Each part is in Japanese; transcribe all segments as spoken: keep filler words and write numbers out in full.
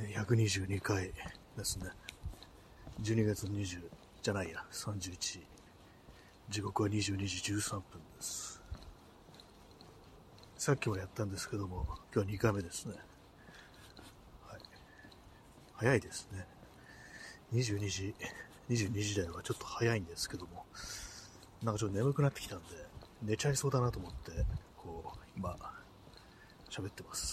ひゃくにじゅうにかいですね。じゅうにがつにじゅうじゃないや、さんじゅういちじ。時刻はにじゅうにじじゅうさんぷんです。さっきもやったんですけども、今日はにかいめですね。はい、早いですね。にじゅうにじ、にじゅうにじ台はちょっと早いんですけども、なんかちょっと眠くなってきたんで、寝ちゃいそうだなと思って、こう、今、喋ってます。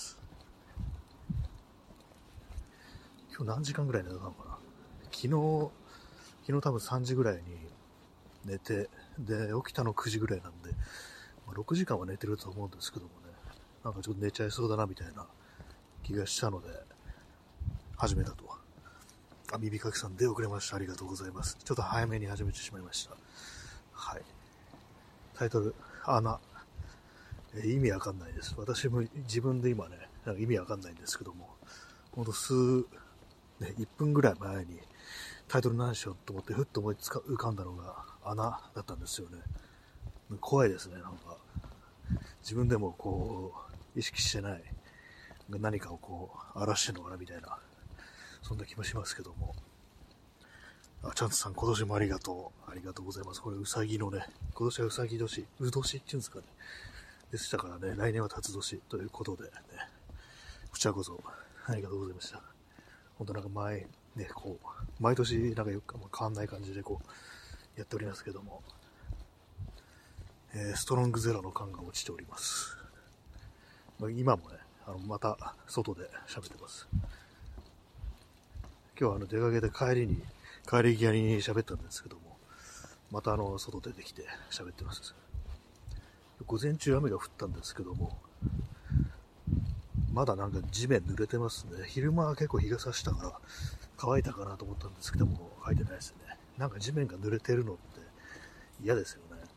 今日何時間ぐらい寝たのかな。昨日、昨日多分さんじぐらいに寝て、で、起きたのくじぐらいなんで、まあ、ろくじかんは寝てると思うんですけどもね、なんかちょっと寝ちゃいそうだなみたいな気がしたので、始めたと。あ、耳かきさん出遅れました。ありがとうございます。ちょっと早めに始めてしまいました。はい。タイトル、穴。えー、意味わかんないです。私も自分で今ね、なんか意味わかんないんですけども、ほんと数、ね、いっぷんぐらい前にタイトル何しようと思ってふっと思いつか浮かんだのが穴だったんですよね。怖いですね。なんか自分でもこう意識してない何かをこう荒らしてるのかなみたいな、そんな気もしますけども。あ、チャンツさん今年もありがとう。ありがとうございます。これうさぎのね、今年はうさぎ年、う年っていうんですかね。でしたからね、来年は辰年ということでね、こちらこそありがとうございました。本当なんか前、ね、こう、毎年なんかよく変わんない感じでこう、やっておりますけども、えー、ストロングゼロの感が落ちております。まあ、今もね、あの、また外で喋ってます。今日はあの出かけて帰りに、帰り際に喋ったんですけども、またあの、外出てきて喋ってます。午前中雨が降ったんですけども、まだなんか地面濡れてますね。昼間は結構日が差したから乾いたかなと思ったんですけども、乾いてないですね。なんか地面が濡れてるのって嫌ですよね。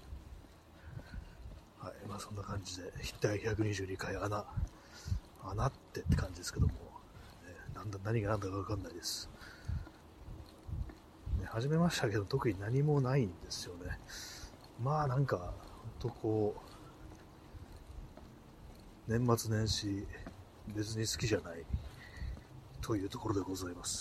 はい、まあそんな感じで、だいひゃくにじゅうにかい穴、穴ってって感じですけども、ね、なんだ何が何だか分かんないです。ね、始めましたけど特に何もないんですよね。まあなんか本当こう。年末年始別に好きじゃないというところでございます。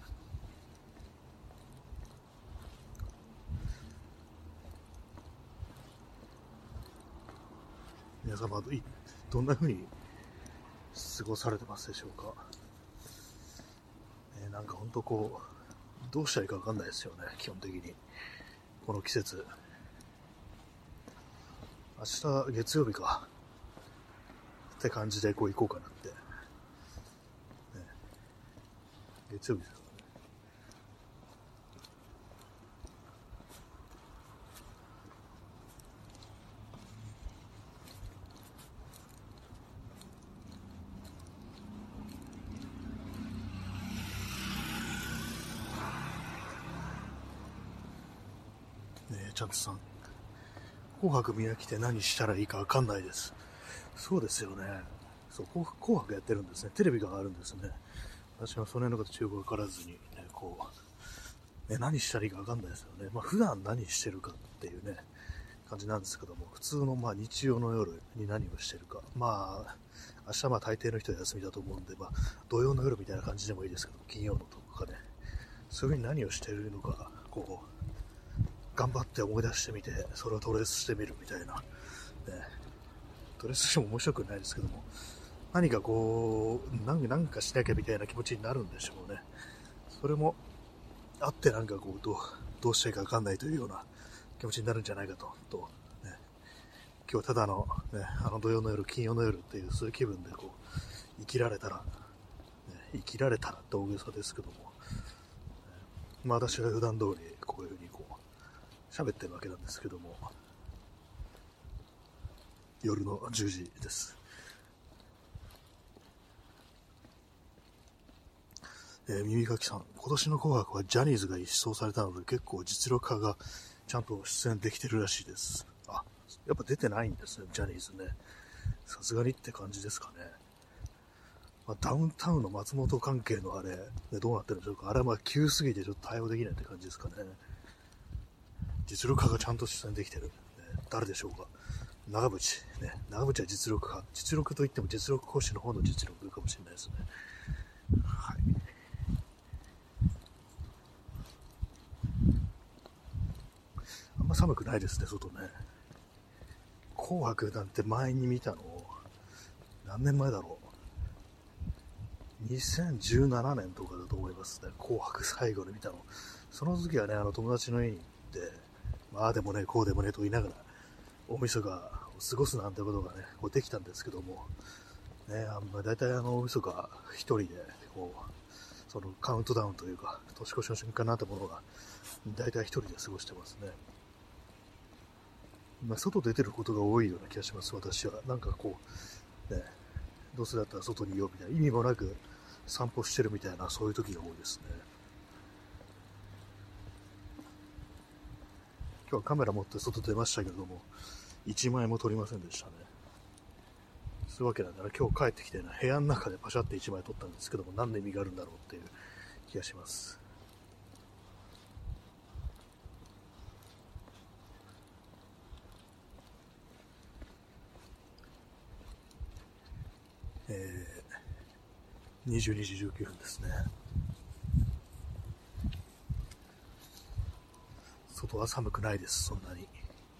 皆様どんな風に過ごされてますでしょうか。えー、なんか本当こうどうしたらいいか分かんないですよね。基本的にこの季節。明日月曜日かって感じでこう行こうかなって、ね、月曜日ですからね。ねえ、ちゃんとさん、紅白見飽きて何したらいいか分かんないです。そうですよね。そう、紅白やってるんですね。テレビがあるんですね。私はその辺のこと中国分からずに、ね、こう、ね、何したらいいか分かんないですよね。まあ普段何してるかっていうね、感じなんですけども、普通のまあ日曜の夜に何をしてるか。まあ、明日はまあ大抵の人は休みだと思うんで、まあ土曜の夜みたいな感じでもいいですけども、金曜のとかね、そういう風に何をしているのか、こう、頑張って思い出してみて、それをトレースしてみるみたいな。ね、トレースしても面白くないですけども、何かこう、なんかしなきゃみたいな気持ちになるんでしょうね。それもあってなんかこう、どう、どうしていいか分かんないというような気持ちになるんじゃないかと。とね、今日ただの、ね、あの土曜の夜、金曜の夜っていうそういう気分でこう、生きられたら、ね、生きられたらって大げさですけども、ね、まあ私は普段通りこういうふうにこう、喋ってるわけなんですけども、夜のじゅうじです。えー、耳かきさん、今年の紅白はジャニーズが一掃されたので結構実力派がちゃんと出演できてるらしいです。あ、やっぱ出てないんですね、ジャニーズね。さすがにって感じですかね。まあ、ダウンタウンの松本関係のあれ、ね、どうなってるんでしょうか。あれはまあ急すぎてちょっと対応できないって感じですかね。実力派がちゃんと出演できてる。ね、誰でしょうか。長渕、ね。長渕は実力派。実力といっても実力講師の方の実力かもしれないですね。 寒くないですね、外ね。紅白なんて前に見たの、何年前だろう。にせんじゅうななねんとかだと思いますね。紅白最後に見たの。その時はね、あの友達の家に行って、まああでもね、こうでもねと言いながら、大晦日を過ごすなんてことがね、こうできたんですけども、ね、あんま大体あの大晦日一人で、こう、そのカウントダウンというか、年越しの瞬間なんてものが、大体一人で過ごしてますね。まあ、外出てることが多いような気がします、私は。なんかこう、ね、どうせだったら外にいようみたいな、意味もなく散歩してるみたいな、そういう時が多いですね。今日はカメラ持って外出ましたけれども、一枚も撮りませんでしたね。そういうわけなんだな、今日帰ってきて、ね、部屋の中でパシャって一枚撮ったんですけども、何の意味があるんだろうっていう気がします。えー、にじゅうにじじゅうきゅうふんですね。外は寒くないです、そんなに。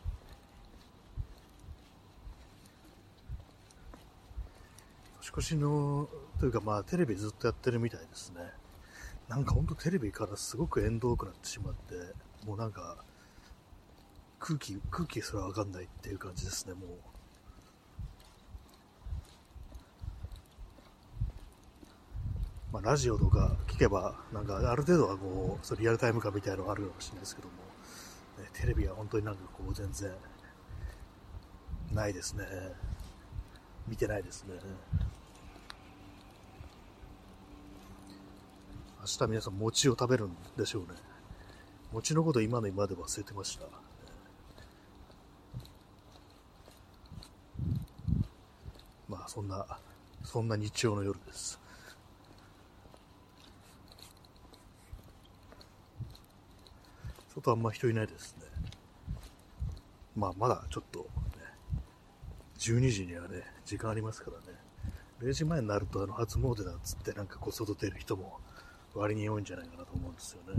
年越しの、というかまあテレビずっとやってるみたいですね。なんかほんとテレビからすごく縁遠くなってしまって、もうなんか空気、空気すらわかんないっていう感じですね、もう。まあラジオとか聞けば、なんかある程度はこう、そリアルタイム化みたいなのがあるかもしれないですけども、ね、テレビは本当になんかこう全然ないですね。見てないですね。明日皆さん餅を食べるんでしょうね。餅のこと今の今で忘れてました。まあそんな、そんな日曜の夜です。外あんま人いないですね。まあまだちょっと、ね、じゅうにじにはね、時間ありますからね。れいじまえになるとあの初詣だっつってなんかこう外出る人も割に多いんじゃないかなと思うんですよね。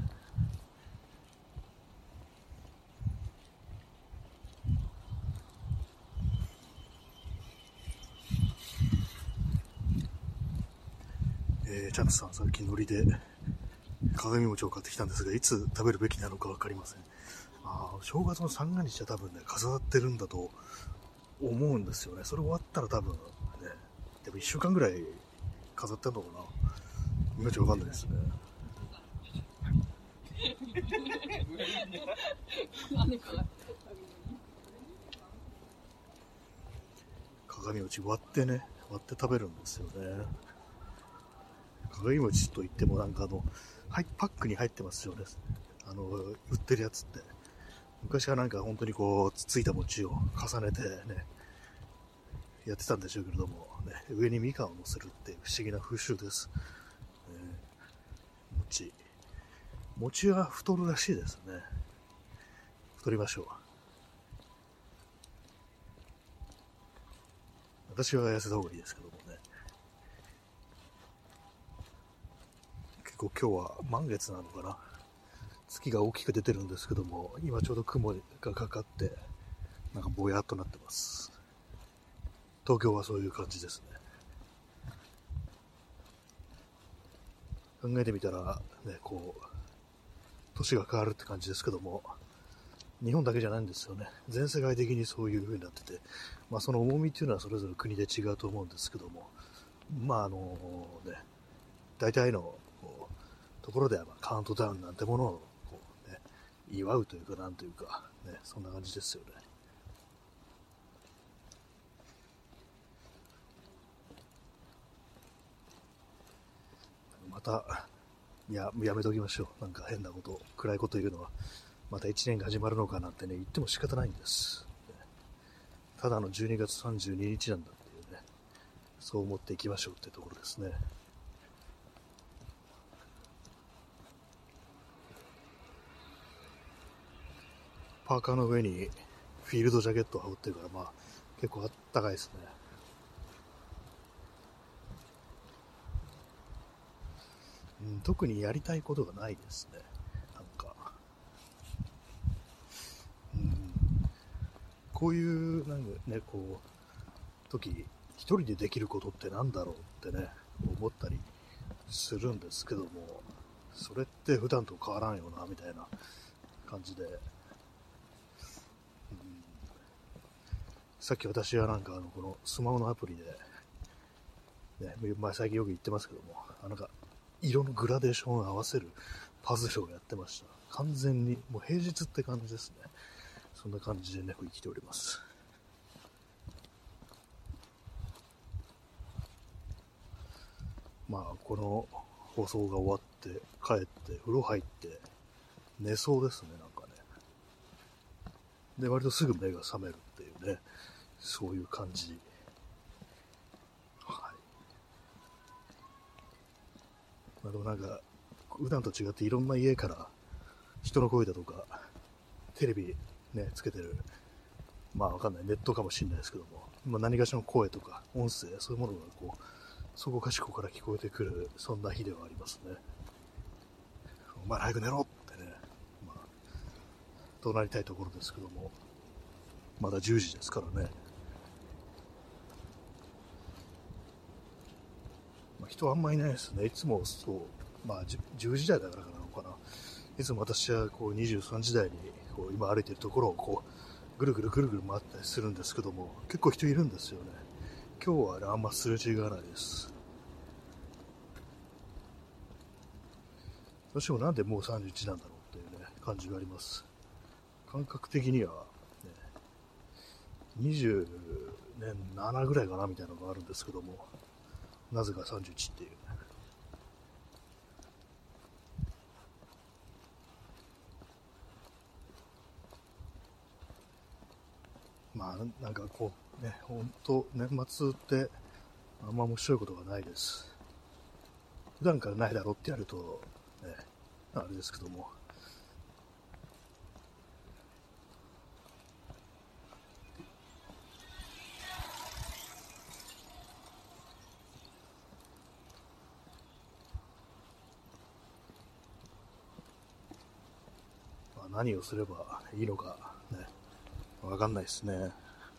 えー、チャンスさん、さっき海苔で鏡餅を買ってきたんですが、いつ食べるべきなのか分かりません。あ正月の三が日は多分ね、飾ってるんだと思うんですよね。それ終わったら多分ね、でもいっしゅうかんぐらい飾ってんのかな。いまいち分かんないですね。鏡餅割ってね、割って食べるんですよね。鏡餅といってもなんかあの、はい、パックに入ってますよね。あの、売ってるやつって。昔はなんか本当にこう、つついた餅を重ねてね、やってたんでしょうけれども、ね、上にみかんを乗せるっていう不思議な風習です。えー、餅。餅は太るらしいですね。太りましょう。私は痩せた方がいいですけどもね。結構今日は満月なのかな。月が大きく出てるんですけども、今ちょうど雲がかかって、なんかぼやっとなってます。東京はそういう感じですね。考えてみたら、ね、こう、年が変わるって感じですけども、日本だけじゃないんですよね。全世界的にそういう風になってて、まあその重みっていうのはそれぞれ国で違うと思うんですけども、まああのね、大体のところではまあカウントダウンなんてものをこう、ね、祝うというかなんというか、ね、そんな感じですよね。また、いや、やめときましょう。なんか変なこと、暗いこと言うのは、またいちねんが始まるのかなんてね、言っても仕方ないんです。ただのじゅうにがつさんじゅうににちなんだっていうね、そう思っていきましょうってところですね。パーカーの上にフィールドジャケットを羽織ってるから、まあ、結構あったかいですね。うん、特にやりたいことがないですね。なんか、うん、 こういうなんかねこう時一人でできることってなんだろうってね思ったりするんですけども、それって普段と変わらんよなみたいな感じで、うん、さっき私はなんかあのこのスマホのアプリで、ね、前最近よく言ってますけども、なんか色のグラデーションを合わせるパズルをやってました。完全にもう平日って感じですね。そんな感じでね生きております。まあこの放送が終わって帰って風呂入って寝そうですね。なんかね、で割とすぐ目が覚めるっていうね、そういう感じ。はい。まあ、でもなんか普段と違っていろんな家から人の声だとかテレビねつけてる、まあわかんないネットかもしれないですけども、まあ、何かしらの声とか音声そういうものがこうそこかしこから聞こえてくる、そんな日ではありますね。お前早く寝ろってね、まあ怒鳴りたいところですけども、まだじゅうじですからね。まあ、人はあんまりいないですね。いつもそう、まあじゅうじ台だからなのかな。いつも私はこうにじゅうさんじ台にこう今歩いているところをこうぐるぐるぐるぐる回ったりするんですけども、結構人いるんですよね。今日は、ね、あんますれ違わないです。どうしてもなんでもうさんじゅういちなんだろうっていうね感じがあります。感覚的には、ね、にじゅうななぐらいかなみたいなのがあるんですけども、なぜかさんじゅういちっていう、ね、まあなんかこうね、本当年末ってあんま面白いことがないです。普段からないだろうってやるとねあれですけども、まあ、何をすればいいのかねわかんないですね。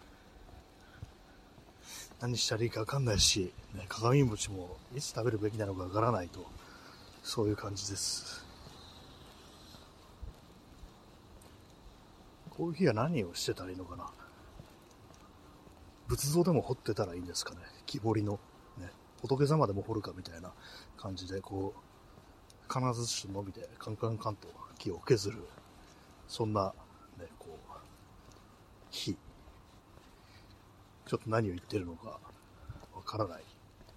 何したらいいかわかんないし、ね、鏡餅もいつ食べるべきなのかわからないと、そういう感じです。こういう日は何をしてたらいいのかな。仏像でも彫ってたらいいんですかね。木彫りの、ね、仏様でも彫るかみたいな感じで、こう金づちと伸びてカンカンカンと木を削る、そんな、ね、こう日。ちょっと何を言ってるのかわからない。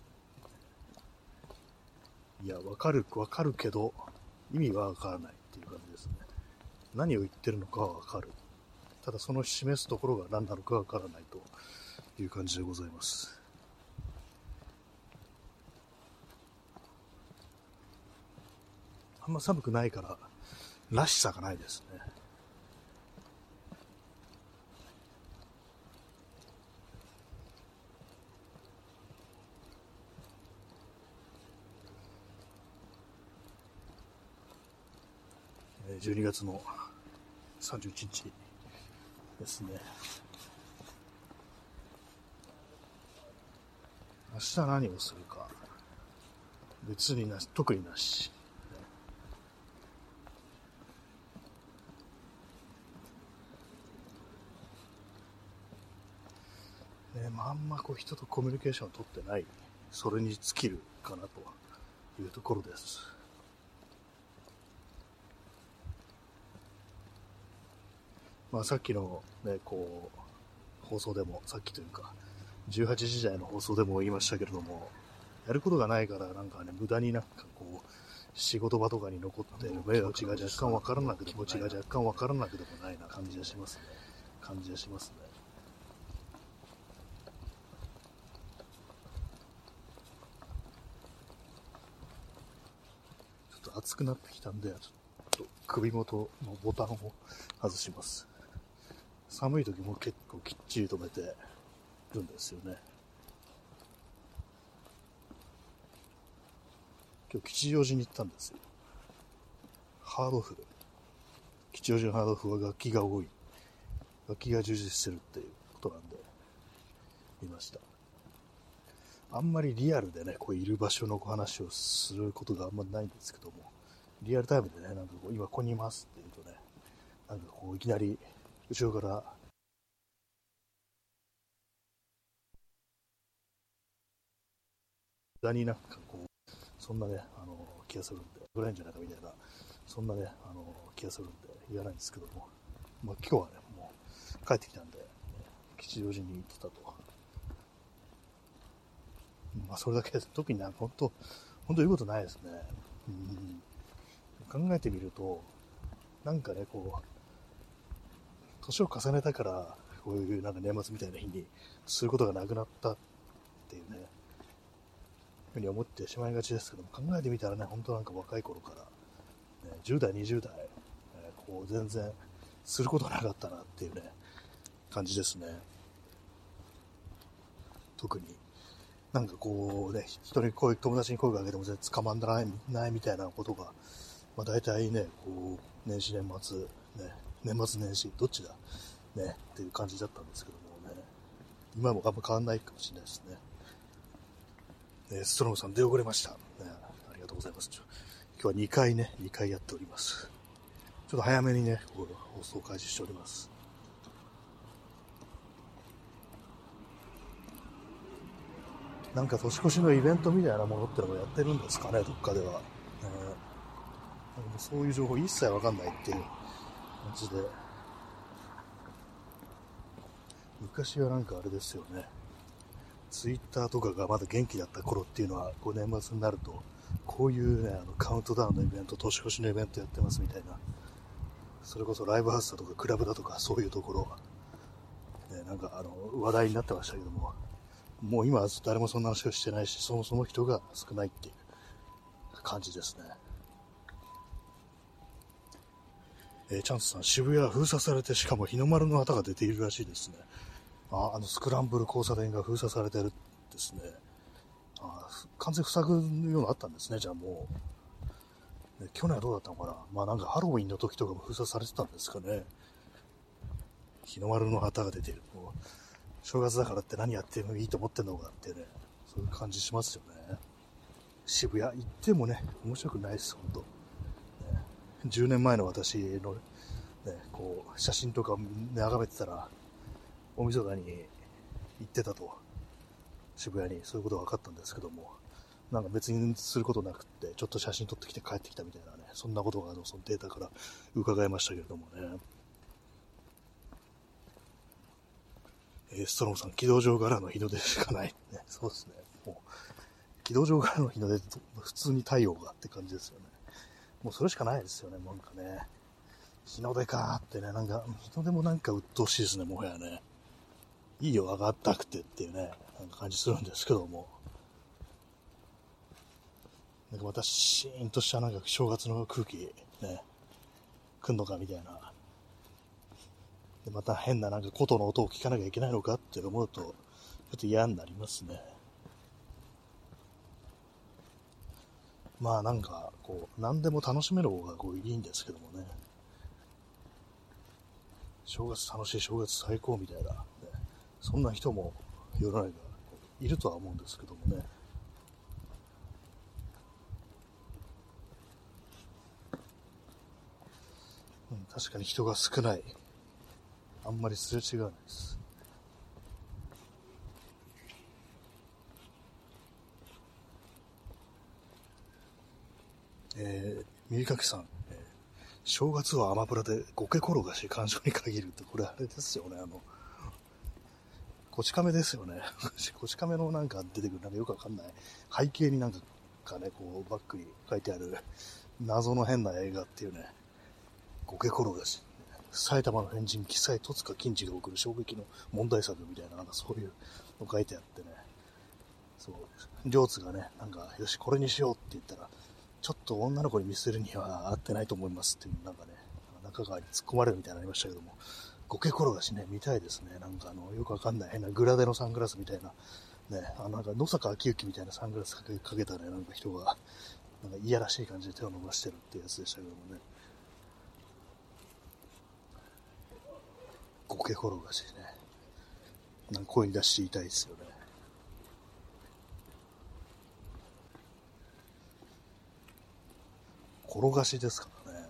いや、わかるわかるけど意味はわからないっていう感じですね。何を言ってるのかはわかる。ただその示すところが何なのかわからないという感じでございます。あんま寒くないかららしさがないですね。じゅうにがつのさんじゅういちにちですね。明日何をするか別になし、特になし、ね、まあ、あんまこう人とコミュニケーションを取ってない、それに尽きるかなというところです。まあ、さっきの、ね、こう放送でも、さっきというかじゅうはちじ台の放送でも言いましたけれども、やることがないからなんかね、無駄になんかこう仕事場とかに残っている目が若干わからなく気持ちが若干わからなくでもないな感じがしますね。感じがしますね。ちょっと暑くなってきたんで、ちょっと首元のボタンを外します。寒い時も結構きっちり止めてるんですよね。今日吉祥寺に行ったんですよ。ハードフル。吉祥寺のハードフルは楽器が多い。 楽器が充実してるっていうことなんで見ました。あんまりリアルでね、こういる場所の話をすることがあんまないんですけども、リアルタイムでね、なんかこう今ここにいますって言うとね、なんかこういきなり後ろから無駄になんかこうそんなね、あの気がするんで、ぐらいんじゃないかみたいな、そんなね、あの気がするんで言わないんですけども、まあ、今日はね、もう帰ってきたんで、ね、吉祥寺に行ってたと。まあ、それだけです。特になんか本当、本当言うことないですね。うん、考えてみると、なんかね、こう、年を重ねたから、こういうなんか年末みたいな日にすることがなくなったっていうね、ふうに思ってしまいがちですけども、考えてみたらね、本当なんか若い頃から、ね、じゅう代、にじゅう代、えー、こう全然することなかったなっていうね、感じですね。特に、なんかこうね、人に声、友達に声をかけても全然捕まんない、ないみたいなことが、まあ大体ね、こう、年始年末、ね、年末年始、どっちだね、っていう感じだったんですけどもね、今もあんま変わんないかもしれないですね。ね、ストロムさん出遅れました、ね。ありがとうございます。今日はにかいね、にかいやっております。ちょっと早めにね、こう放送開始しております。なんか年越しのイベントみたいなものってのもやってるんですかね、どっかでは。えー、なんかもうそういう情報一切わかんないっていう感じで。昔はなんかあれですよね。ツイッターとかがまだ元気だった頃っていうのは、こう年末になると、こういうね、あのカウントダウンのイベント、年越しのイベントやってますみたいな。それこそライブハウスだとかクラブだとかそういうところ、ね、なんかあの話題になってましたけども、もう今は誰もそんな話をしてないし、そもそも人が少ないっていう感じですね。えー、チャンスさん、渋谷は封鎖されて、しかも日の丸の旗が出ているらしいですね。あ、あのスクランブル交差点が封鎖されてるですね。あ、完全塞ぐようになったんですね、じゃあもう。ね、去年はどうだったのかな。まあなんかハロウィンの時とかも封鎖されてたんですかね。日の丸の旗が出ている。もう正月だからって何やってもいいと思ってんのかってね、そういう感じしますよね。渋谷行ってもね、面白くないです、本当。ね、じゅうねんまえの私の、ね、こう写真とか眺めてたら、大晦日に行ってたと、渋谷にそういうことが分かったんですけども、なんか別にすることなくって、ちょっと写真撮ってきて帰ってきたみたいなね、そんなことがあのそのデータから伺いましたけれどもね。えー、ストロムさん、軌道上からの日の出しかない、ね。そうですね。もう軌道上からの日の出、普通に太陽がって感じですよね。もうそれしかないですよね、なんかね。日の出かーってね、なんか、日の出もなんか鬱陶しいですね、もはやね。いいよ、上がったくてっていうね、なんか感じするんですけども。なんかまたシーンとしたなんか正月の空気、ね、来んのかみたいな。で、また変ななんか琴の音を聞かなきゃいけないのかって思うと、ちょっと嫌になりますね。まあなんか、こう、何でも楽しめる方がこういいんですけどもね。正月楽しい、正月最高みたいな、ね、そんな人も世の中いるとは思うんですけどもね。うん、確かに人が少ない。あんまりすれ違わないです。えー、耳かきさん、えー、正月はアマプラで苔転がし感情に限るって、これあれですよね、あの、こち亀ですよね。こち亀のなんか出てくる、なんかよくわかんない。背景になんかかね、こう、バックに書いてある、謎の変な映画っていうね、苔転がし。埼玉の変人、記載戸塚金次が送る衝撃の問題作みたいな、なんかそういうの書いてあってね。そう、両津がね、なんか、よし、これにしようって言ったら、ちょっと女の子に見せるには合ってないと思いますっていう、なんかね、中川に突っ込まれるみたいになりましたけども、苔転がしね、見たいですね。なんかあの、よくわかんない変なグラデのサングラスみたいな、ね、あのなんか野坂昭之みたいなサングラスかけかけたね、なんか人が、なんかいやらしい感じで手を伸ばしてるっていうやつでしたけどもね。 苔転がしね。なんか声に出して言いたいですよね。転がしですからね。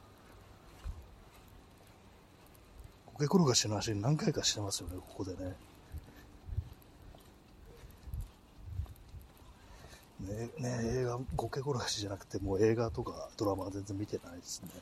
苔転がしの話何回かしてますよね、ここでね。ね、ね映画、苔転がしじゃなくて、もう映画とかドラマは全然見てないですね。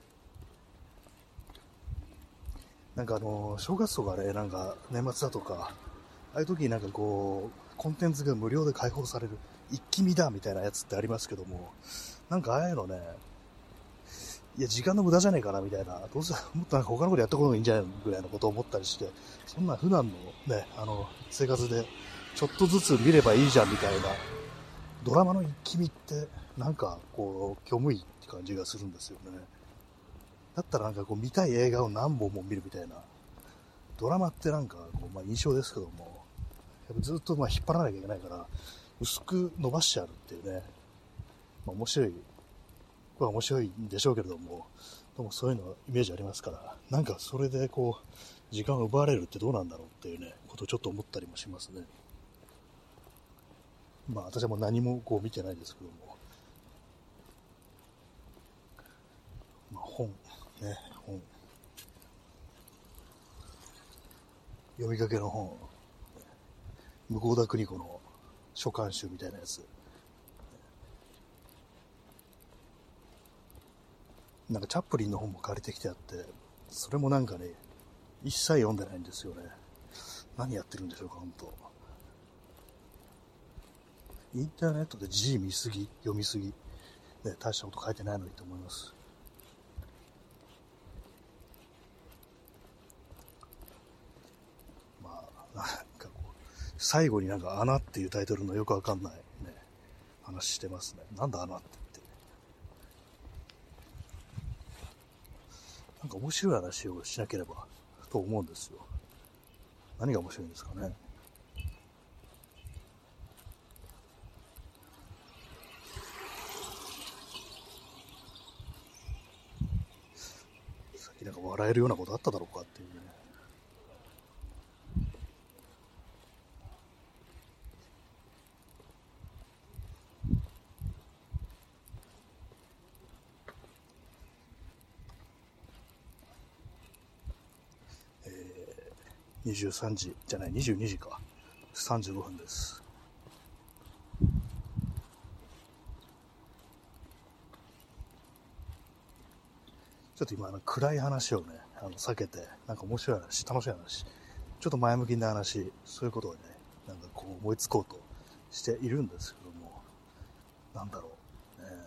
なんかあの、正月とかね、なんか年末だとか、ああいう時になんかこう、コンテンツが無料で開放される、一気見だみたいなやつってありますけども、なんかああいうのね、いや、時間の無駄じゃねえかなみたいな、どうせもっとなんか他のことやったことがいいんじゃないのぐらいのことを思ったりして、そんな普段のね、あの、生活でちょっとずつ見ればいいじゃんみたいな、ドラマの一気見って、なんかこう、虚無いって感じがするんですよね。だったらなんかこう見たい映画を何本も見るみたいな、ドラマってなんかこう、まあ、印象ですけども、やっぱずっとまあ引っ張らなきゃいけないから、薄く伸ばしてあるっていうね、まあ、面白い、これは面白いんでしょうけれども、でもそういうのイメージありますから、なんかそれでこう、時間を奪われるってどうなんだろうっていうね、ことをちょっと思ったりもしますね。まあ私はもう何もこう見てないですけども、まあ本、ね、本、読みかけの本、向田邦子の書簡集みたいなやつ、なんかチャップリンの本も借りてきてあって、それもなんかね、一切読んでないんですよね。何やってるんでしょうか、本当。インターネットで字見すぎ、読みすぎ、ね、大したこと書いてないのにと思います。まあ、なんかこう、最後になんか穴っていうタイトルのよくわかんないね、話してますね。なんだ穴って言って。なんか面白い話をしなければと思うんですよ。何が面白いんですかね。さっきなんか笑えるようなことあっただろうかっていうね。にじゅうさんじじゃない、にじゅうにじか。さんじゅうごふんです。ちょっと今、あの暗い話をね、あの避けて、なんか面白い話、楽しい話、ちょっと前向きな話、そういうことをね、なんかこう思いつこうとしているんですけども、なんだろう、ね、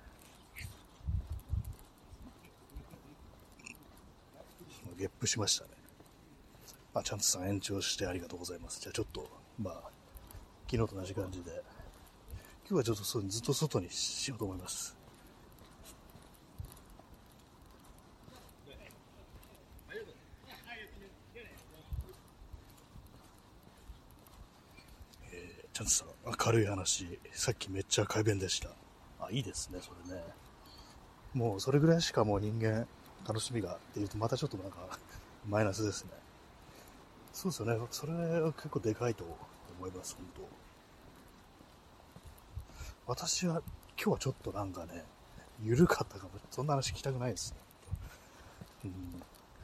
ゲップしましたね。まあ、ちゃんとさん延長してありがとうございます。じゃあちょっと、まあ、昨日と同じ感じで、今日はちょっとそうずっと外にしようと思います。えー、ちゃんとさ明るい話、さっきめっちゃ快便でした。あ、いいですね、それね。もうそれぐらいしかもう人間楽しみがっていうとまたちょっとなんかマイナスですね。そうですよね。それは結構でかいと思います、本当。私は今日はちょっとなんかね、緩かったかも。そんな話聞きたくないですね。うん、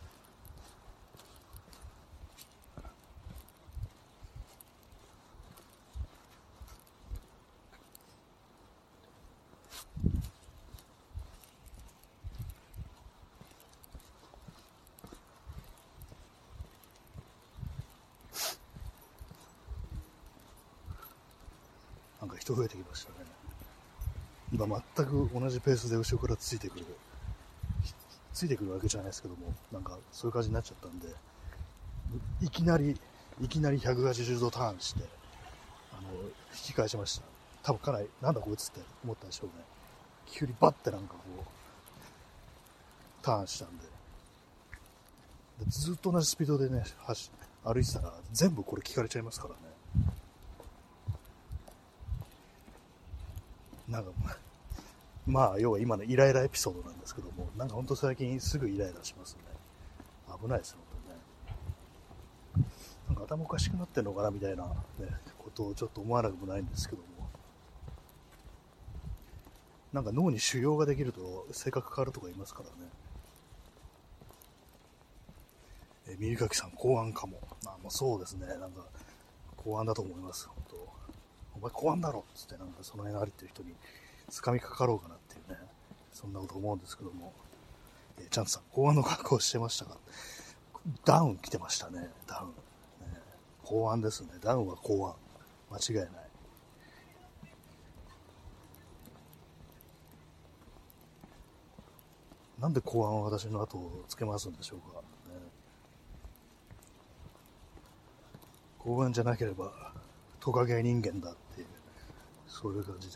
なんか人増えてきましたね。今全く同じペースで後ろからついてくる。ついてくるわけじゃないですけども、なんかそういう感じになっちゃったんで、いきなり、いきなりひゃくはちじゅうどターンして、あの、引き返しました。多分かなり、なんだこいつって思ったでしょうね。急にバッてなんかこう、ターンしたんで。でずっと同じスピードでね、歩いてたら、全部これ聞かれちゃいますからね。なんか、まあ、要は今のイライラエピソードなんですけども、なんかほんと最近すぐイライラしますね。危ないですよ、本当にね。 なんか頭おかしくなってんのかなみたいな、ね、ことをちょっと思わなくもないんですけども、なんか脳に腫瘍ができると性格変わるとか言いますからね。え耳かきさん、公安かも。あ、もうそうですね。なんか、公安だと思います。本当。お前公安だろっつって、なんかその辺歩いてる人に掴みかかろうかなっていうね。そんなこと思うんですけども。えチャンツさん、公安の格好してましたか？ダウン着てましたね。ダウン。ね、公安ですね。ダウンは公安。間違いない。なんで公安は私の後をつけますんでしょうか、ね、公安じゃなければトカゲ人間だっていう、そういう感じです。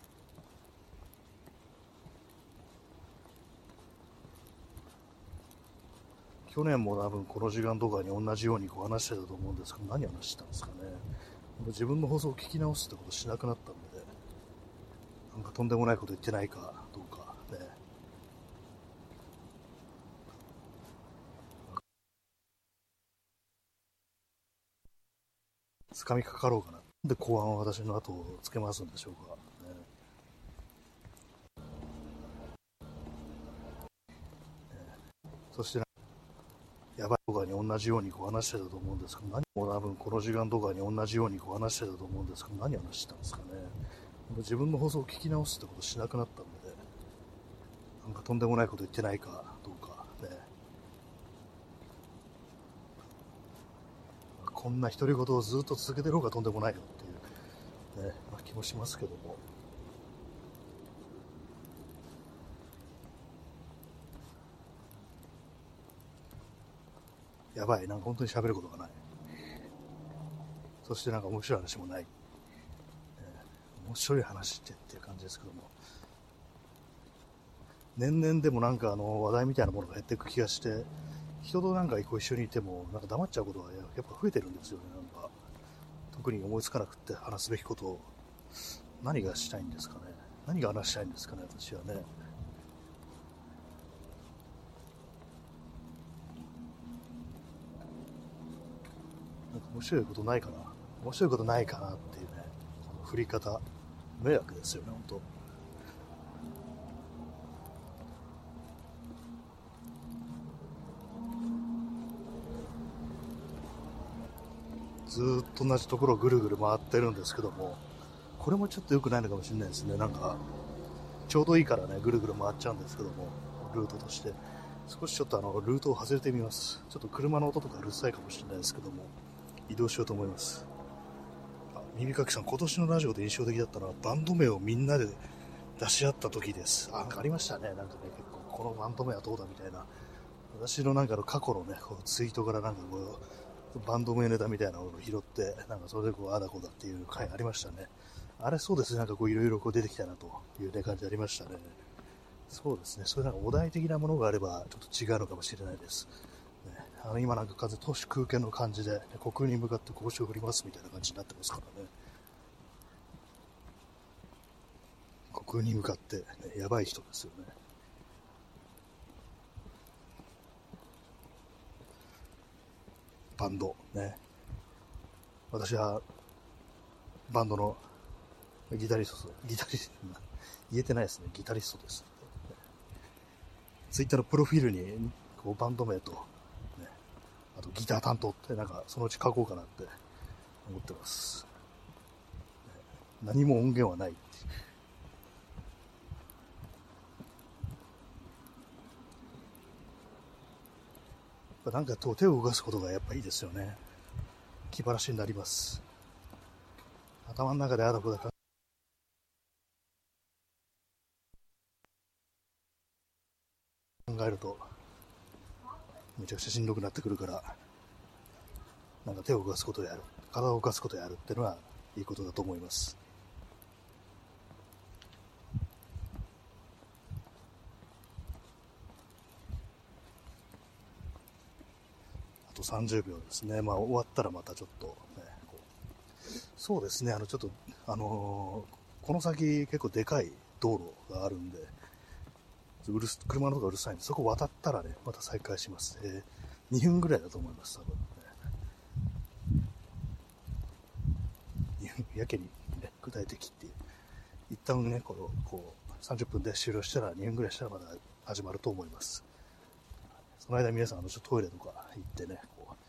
去年も多分この時間とかに同じようにこう話してたと思うんですけど、何話してたんですかね。自分の放送を聞き直すってことしなくなったんで、なんかとんでもないこと言ってないかどうかね。掴みかかろうかな。なんで公安は私の後をつけますんでしょうか、ね。そしてやばいとかに同じようにこう話してたと思うんですけど、何も多分この時間とかに同じようにこう話してたと思うんですけど、何話してたんですかね。自分の放送を聞き直すってことしなくなったんで、なんかとんでもないこと言ってないかどうかね。こんな独り言をずっと続けてる方がとんでもないよっていう、ね、まあ、気もしますけども。やばい、なんか本当に喋ることがない。そしてなんか面白い話もない。面白い話ってっていう感じですけども、年々でもなんかあの話題みたいなものが減っていく気がして、人となんか一緒にいてもなんか黙っちゃうことがやっぱ増えてるんですよね。なんか特に思いつかなくって話すべきことを何がしたいんですかね。何が話したいんですかね、私はね。なんか面白いことないかな。面白いことないかなっていうね、この振り方、迷惑ですよね、本当。ずーっと同じところをぐるぐる回ってるんですけども、これもちょっと良くないのかもしれないですね。なんかちょうどいいからね、ぐるぐる回っちゃうんですけども、ルートとして少しちょっとあのルートを外れてみます。ちょっと車の音とかうるさいかもしれないですけども、移動しようと思います。あ、耳かきさん、今年のラジオで印象的だったのはバンド名をみんなで出し合った時です。あ、なんかありましたね。なんかね、結構このバンド名はどうだみたいな、私のなんかの過去のね、こうツイートからなんかこうバンド名ネタみたいなのを拾って、なんかそれでこうあだこだっていう回ありましたね。あれそうですね、なんかこういろいろ出てきたなという、ね、感じありましたね。そうですね、そういうなんかお題的なものがあればちょっと違うのかもしれないです。ね、あの今なんか風、都市空間の感じで、ね、虚空に向かって拳を振りますみたいな感じになってますからね。虚空に向かって、ね、やばい人ですよね。バンドね。私はバンドのギタリスト、ギタリスト、言えてないですね、ギタリストです。ツイッターのプロフィールにこうバンド名と、ね、あとギター担当ってなんかそのうち書こうかなって思ってます。何も音源はないっていう。なんか手を動かすことがやっぱいいですよね。気晴らしになります。頭の中であだこだか考えるとめちゃくちゃしんどくなってくるから、なんか手を動かすことをやる、体を動かすことをやるっていうのはいいことだと思います。あとさんじゅうびょうですね。まあ終わったらまたちょっと、ね、こうそうですね、あのちょっとあのー、この先結構でかい道路があるんで、うるす車の音がうるさいんで、そこ渡ったらねまた再開します。えー、にふんぐらいだと思います、多分ね。 やけに、ね、具体的っていう。一旦ね、この、こう、さんじゅっぷんで終了したらにふんぐらいしたらまだ始まると思います。その間皆さん、あの、ちょっとトイレとか行ってね、こう、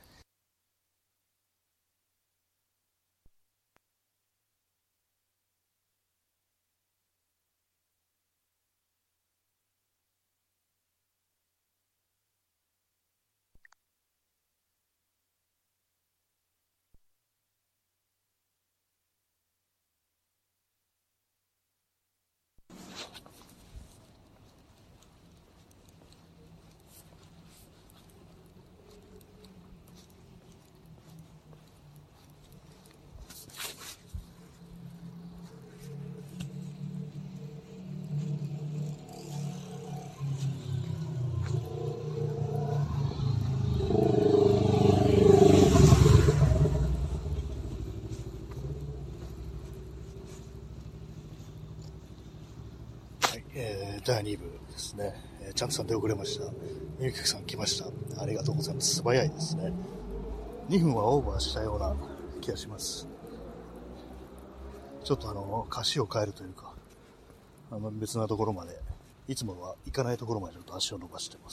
はい、えー、だいに部ですね。えー、ちゃんとさん出遅れました。みゆきさん来ました。ありがとうございます。素早いですね。にふんはオーバーしたような気がします。ちょっとあの、歌詞を変えるというか、あの別なところまで、いつもは行かないところまでちょっと足を伸ばしてます。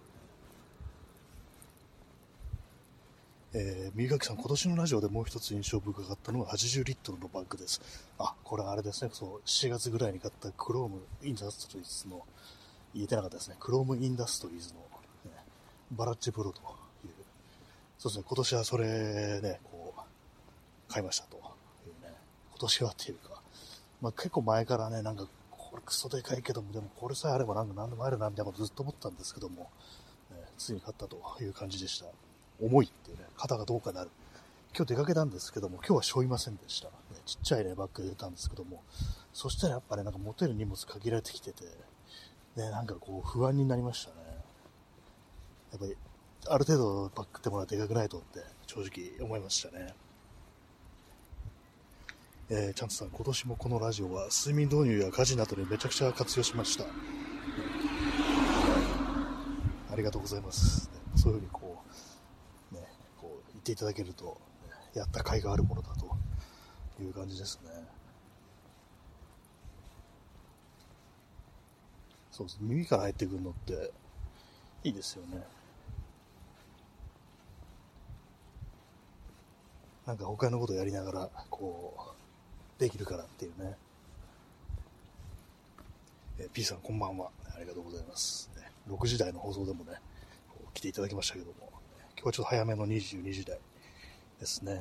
えー、三垣さん、今年のラジオでもう一つ印象深かったのははちじゅうリットルのバッグです。あ、これあれですね、そう、しちがつぐらいに買ったクロームインダストリーズの、言えてなかったですね、クロームインダストリーズの、ね、バラッチプロという、そうですね、今年はそれね、こう、買いましたというね、今年はっていうか、まあ、結構前からね、なんか、これクソでかいけども、でもこれさえあればなんか何でもあるなみたいなことずっと思ったんですけども、ね、ついに買ったという感じでした。重いっていうね、肩がどうかなる。今日出かけたんですけども、今日は背負いませんでした。ね、ちっちゃいね、バッグで出たんですけども、そしたらやっぱね、なんか持てる荷物限られてきてて、ね、なんかこう不安になりましたね。やっぱり、ある程度バッグってものはでかくないとって正直思いましたね。えー、チャンツさん、今年もこのラジオは睡眠導入や家事などにめちゃくちゃ活用しました。ありがとうございます。そういうふうにこう、ね、こう言っていただけると、やった甲斐があるものだという感じですね。そうです。耳から入ってくるのっていいですよね。なんか他のことやりながら、こう、できるからっていうね。え P さんこんばんは。ありがとうございます。ろくじ台の放送でもね、来ていただきましたけども、今日はちょっと早めのにじゅうにじ台ですね。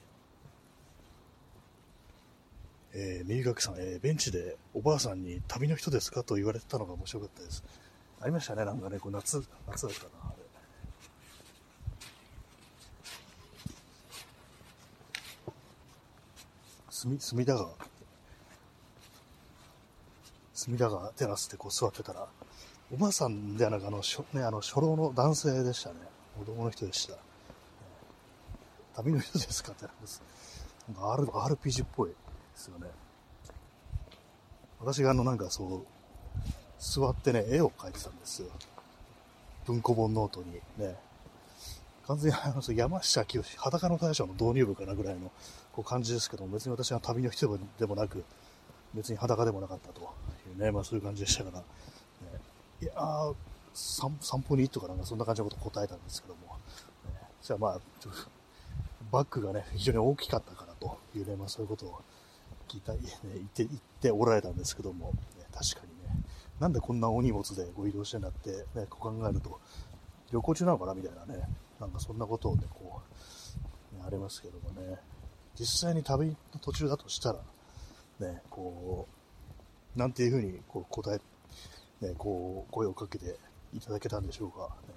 えー、右垣さん、えー、ベンチでおばあさんに旅の人ですかと言われてたのが面白かったです。ありましたね、なんかね、こう夏、夏だったな、あれ。隅、隅田川、隅田川テラスでこう座ってたら、おばあさんではなく、あの、しょね、あの初老の男性でしたね。男の人でした。旅の人ですかってなんです。なんか R、アールピージー っぽいですよね。私があの、なんかそう、座ってね、絵を描いてたんですよ。文庫本ノートにね。完全にあの山下清、裸の大将の導入部かなぐらいのこう感じですけども、別に私は旅の人でもなく、別に裸でもなかったというね、まあそういう感じでしたから、ね、いやー、散散歩にとかなんかそんな感じのことを答えたんですけども、ね、じゃあまあ、ちょっとバッグがね、非常に大きかったからというね、まあそういうことを聞いた、ね、言って、言っておられたんですけども、ね、確かにね、なんでこんな大荷物でご移動してんだって、ね、こう考えると、旅行中なのかなみたいなね、なんかそんなことをね、こう、ね、ありますけどもね、実際に旅の途中だとしたら、ね、こう、なんていうふうにこう答え、ね、こう、声をかけていただけたんでしょうか。ね、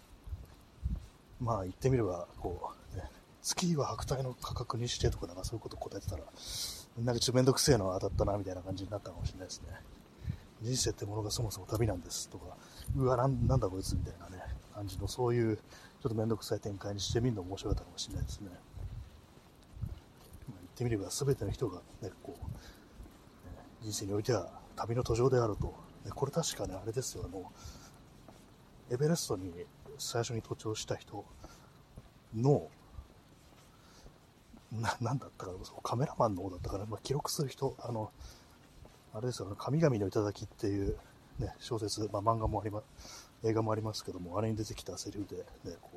まあ言ってみれば、こう、ね、月は白帯の価格にしてとかなんかそういうことを答えてたら、なんかちょっとめんどくせえのは当たったなみたいな感じになったかもしれないですね。人生ってものがそもそも旅なんですとか、うわ、なんなんだこいつみたいなね、感じのそういうちょっとめんどくさい展開にしてみるのも面白かったかもしれないですね。まあ、言ってみれば全ての人がね、こう、人生においては旅の途上であると。これ確かね、あれですよ、あの、エベレストに最初に登頂した人の、 な、なんだったかな、カメラマンの方だったかな、まあ、記録する人、あの、あれですよね、神々の頂っていう、ね、小説、まあ、漫画もあります、映画もありますけども、あれに出てきたセリフで、ね、こ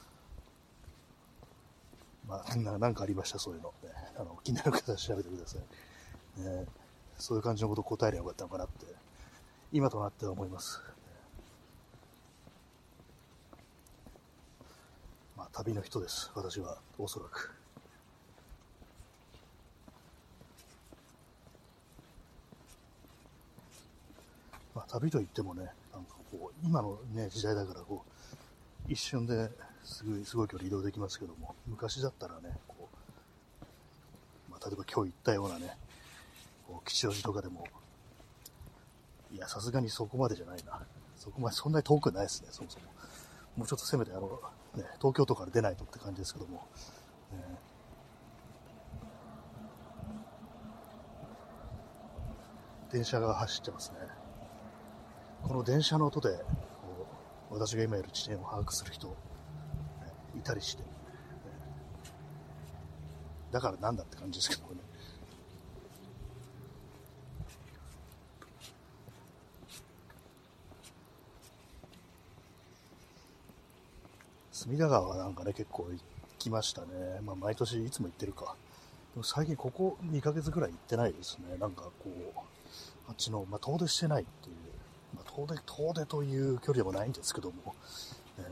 う、まあ、な、なんかありました、そういうの。ね、あの、気になる方は調べてください。ね、そういう感じのことを答えればよかったのかなって、今となっては思います。まあ、旅の人です、私は、おそらく。まあ、旅といってもね、なんかこう、今のね、時代だからこう、一瞬ですごい、すごい距離移動できますけども、昔だったらね、こう、まあ、例えば今日行ったようなね、こう吉祥寺とかでも、いや、さすがにそこまでじゃないな。そこまで、そんなに遠くないですね、そもそも。もうちょっとせめて、あの、ね、東京とかから出ないとって感じですけども、ね、電車が走ってますね。この電車の音で、こう私が今いる地点を把握する人、ね、いたりして、ね、だからなんだって感じですけどもね。隅田川はなんかね、結構行きましたね。まあ、毎年いつも行ってるか。でも最近ここにかげつぐらい行ってないですね。なんかこう、あっちの、まあ、遠出してないっていう、まあ、遠出、遠出という距離でもないんですけども、ね、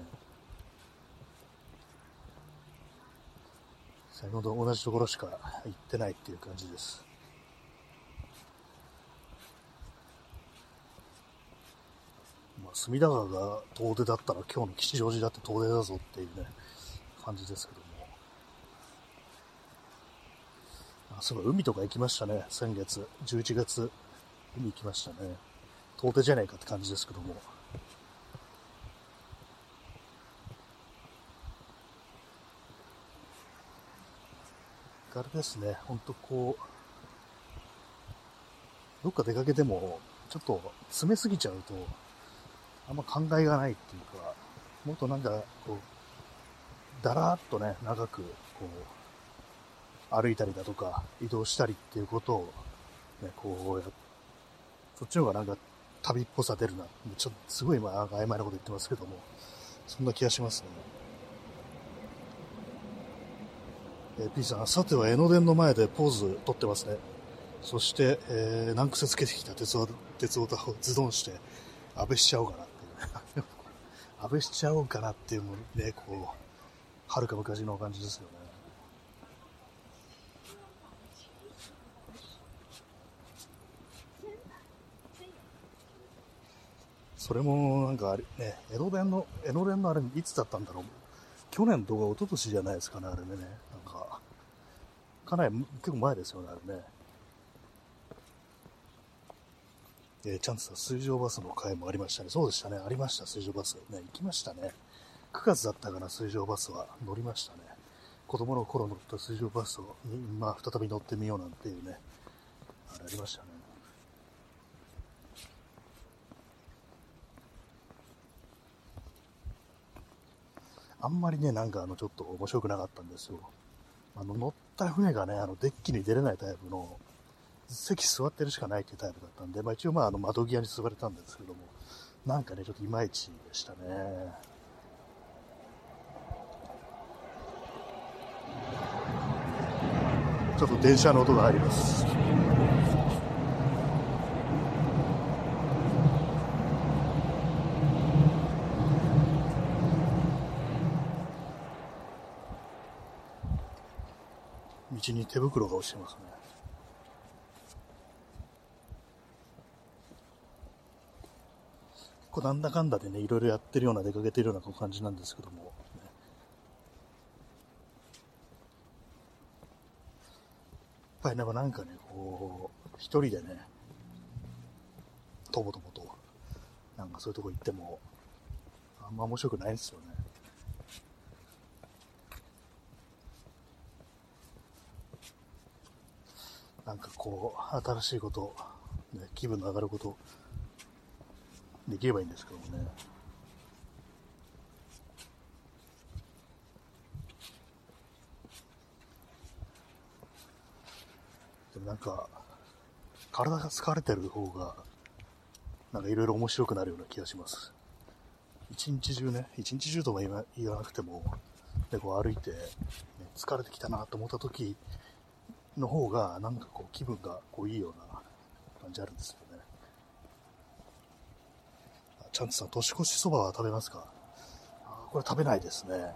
先ほど同じところしか行ってないっていう感じです。まあ、隅田川が遠出だったら今日の吉祥寺だって遠出だぞっていうね、感じですけども。あ、そういえば海とか行きましたね。先月、じゅういちがつ、海行きましたね。遠出じゃないかって感じですけども。あれですね、ほんとこう、どっか出かけても、ちょっと詰めすぎちゃうと、あんま考えがないっていうか、もっとなんか、こう、だらーっとね、長く、こう、歩いたりだとか、移動したりっていうことを、ね、こうや、そっちの方がなんか、旅っぽさ出るな。ちょっと、すごい今、曖昧なこと言ってますけども、そんな気がしますね。えー、P さん、さては江ノ電の前でポーズ取ってますね。そして、えー、難癖つけてきた鉄オ鉄オタをズドンして、安倍しちゃおうかなっていう。安倍しちゃおうかなっていうもね、こう、はるか昔の感じですよね。それもなんかあれね、江ノ電の、江ノ電のあれいつだったんだろう。去年とか一昨年じゃないですかね、あれね。なんか、かなり結構前ですよね、あれね。えー、ちゃんとさ、水上バスの会もありましたね。そうでしたね、ありました、水上バス。ね、行きましたね。くがつだったかな、水上バスは乗りましたね。子供の頃乗った水上バスを、まあ、再び乗ってみようなんていうね、あれありましたね。あんまりね、なんかあの、ちょっと面白くなかったんですよ。あの、乗った船がね、あの、デッキに出れないタイプの、席座ってるしかないっていうタイプだったんで、まあ一応まあ、あの、窓際に座れたんですけども、なんかね、ちょっといまいちでしたね。ちょっと電車の音が入ります。道に手袋が落ちてますね。こうなんだかんだでね、いろいろやってるような、出かけてるような感じなんですけども、ね、やっぱりなんかね、こう、一人でね、とぼとぼと、なんかそういうとこ行っても、あんま面白くないんですよね。なんかこう、新しいこと、ね、気分の上がること、できればいいんですけどもね。 なんか、体が疲れてる方が、なんかいろいろ面白くなるような気がします。一日中ね、一日中とは言わ言わなくても、でこう歩いて、ね、疲れてきたなと思った時の方が、なんかこう気分がこういいような感じあるんですよね。チャンツさん、年越しそばは食べますか？あ、これ食べないですね。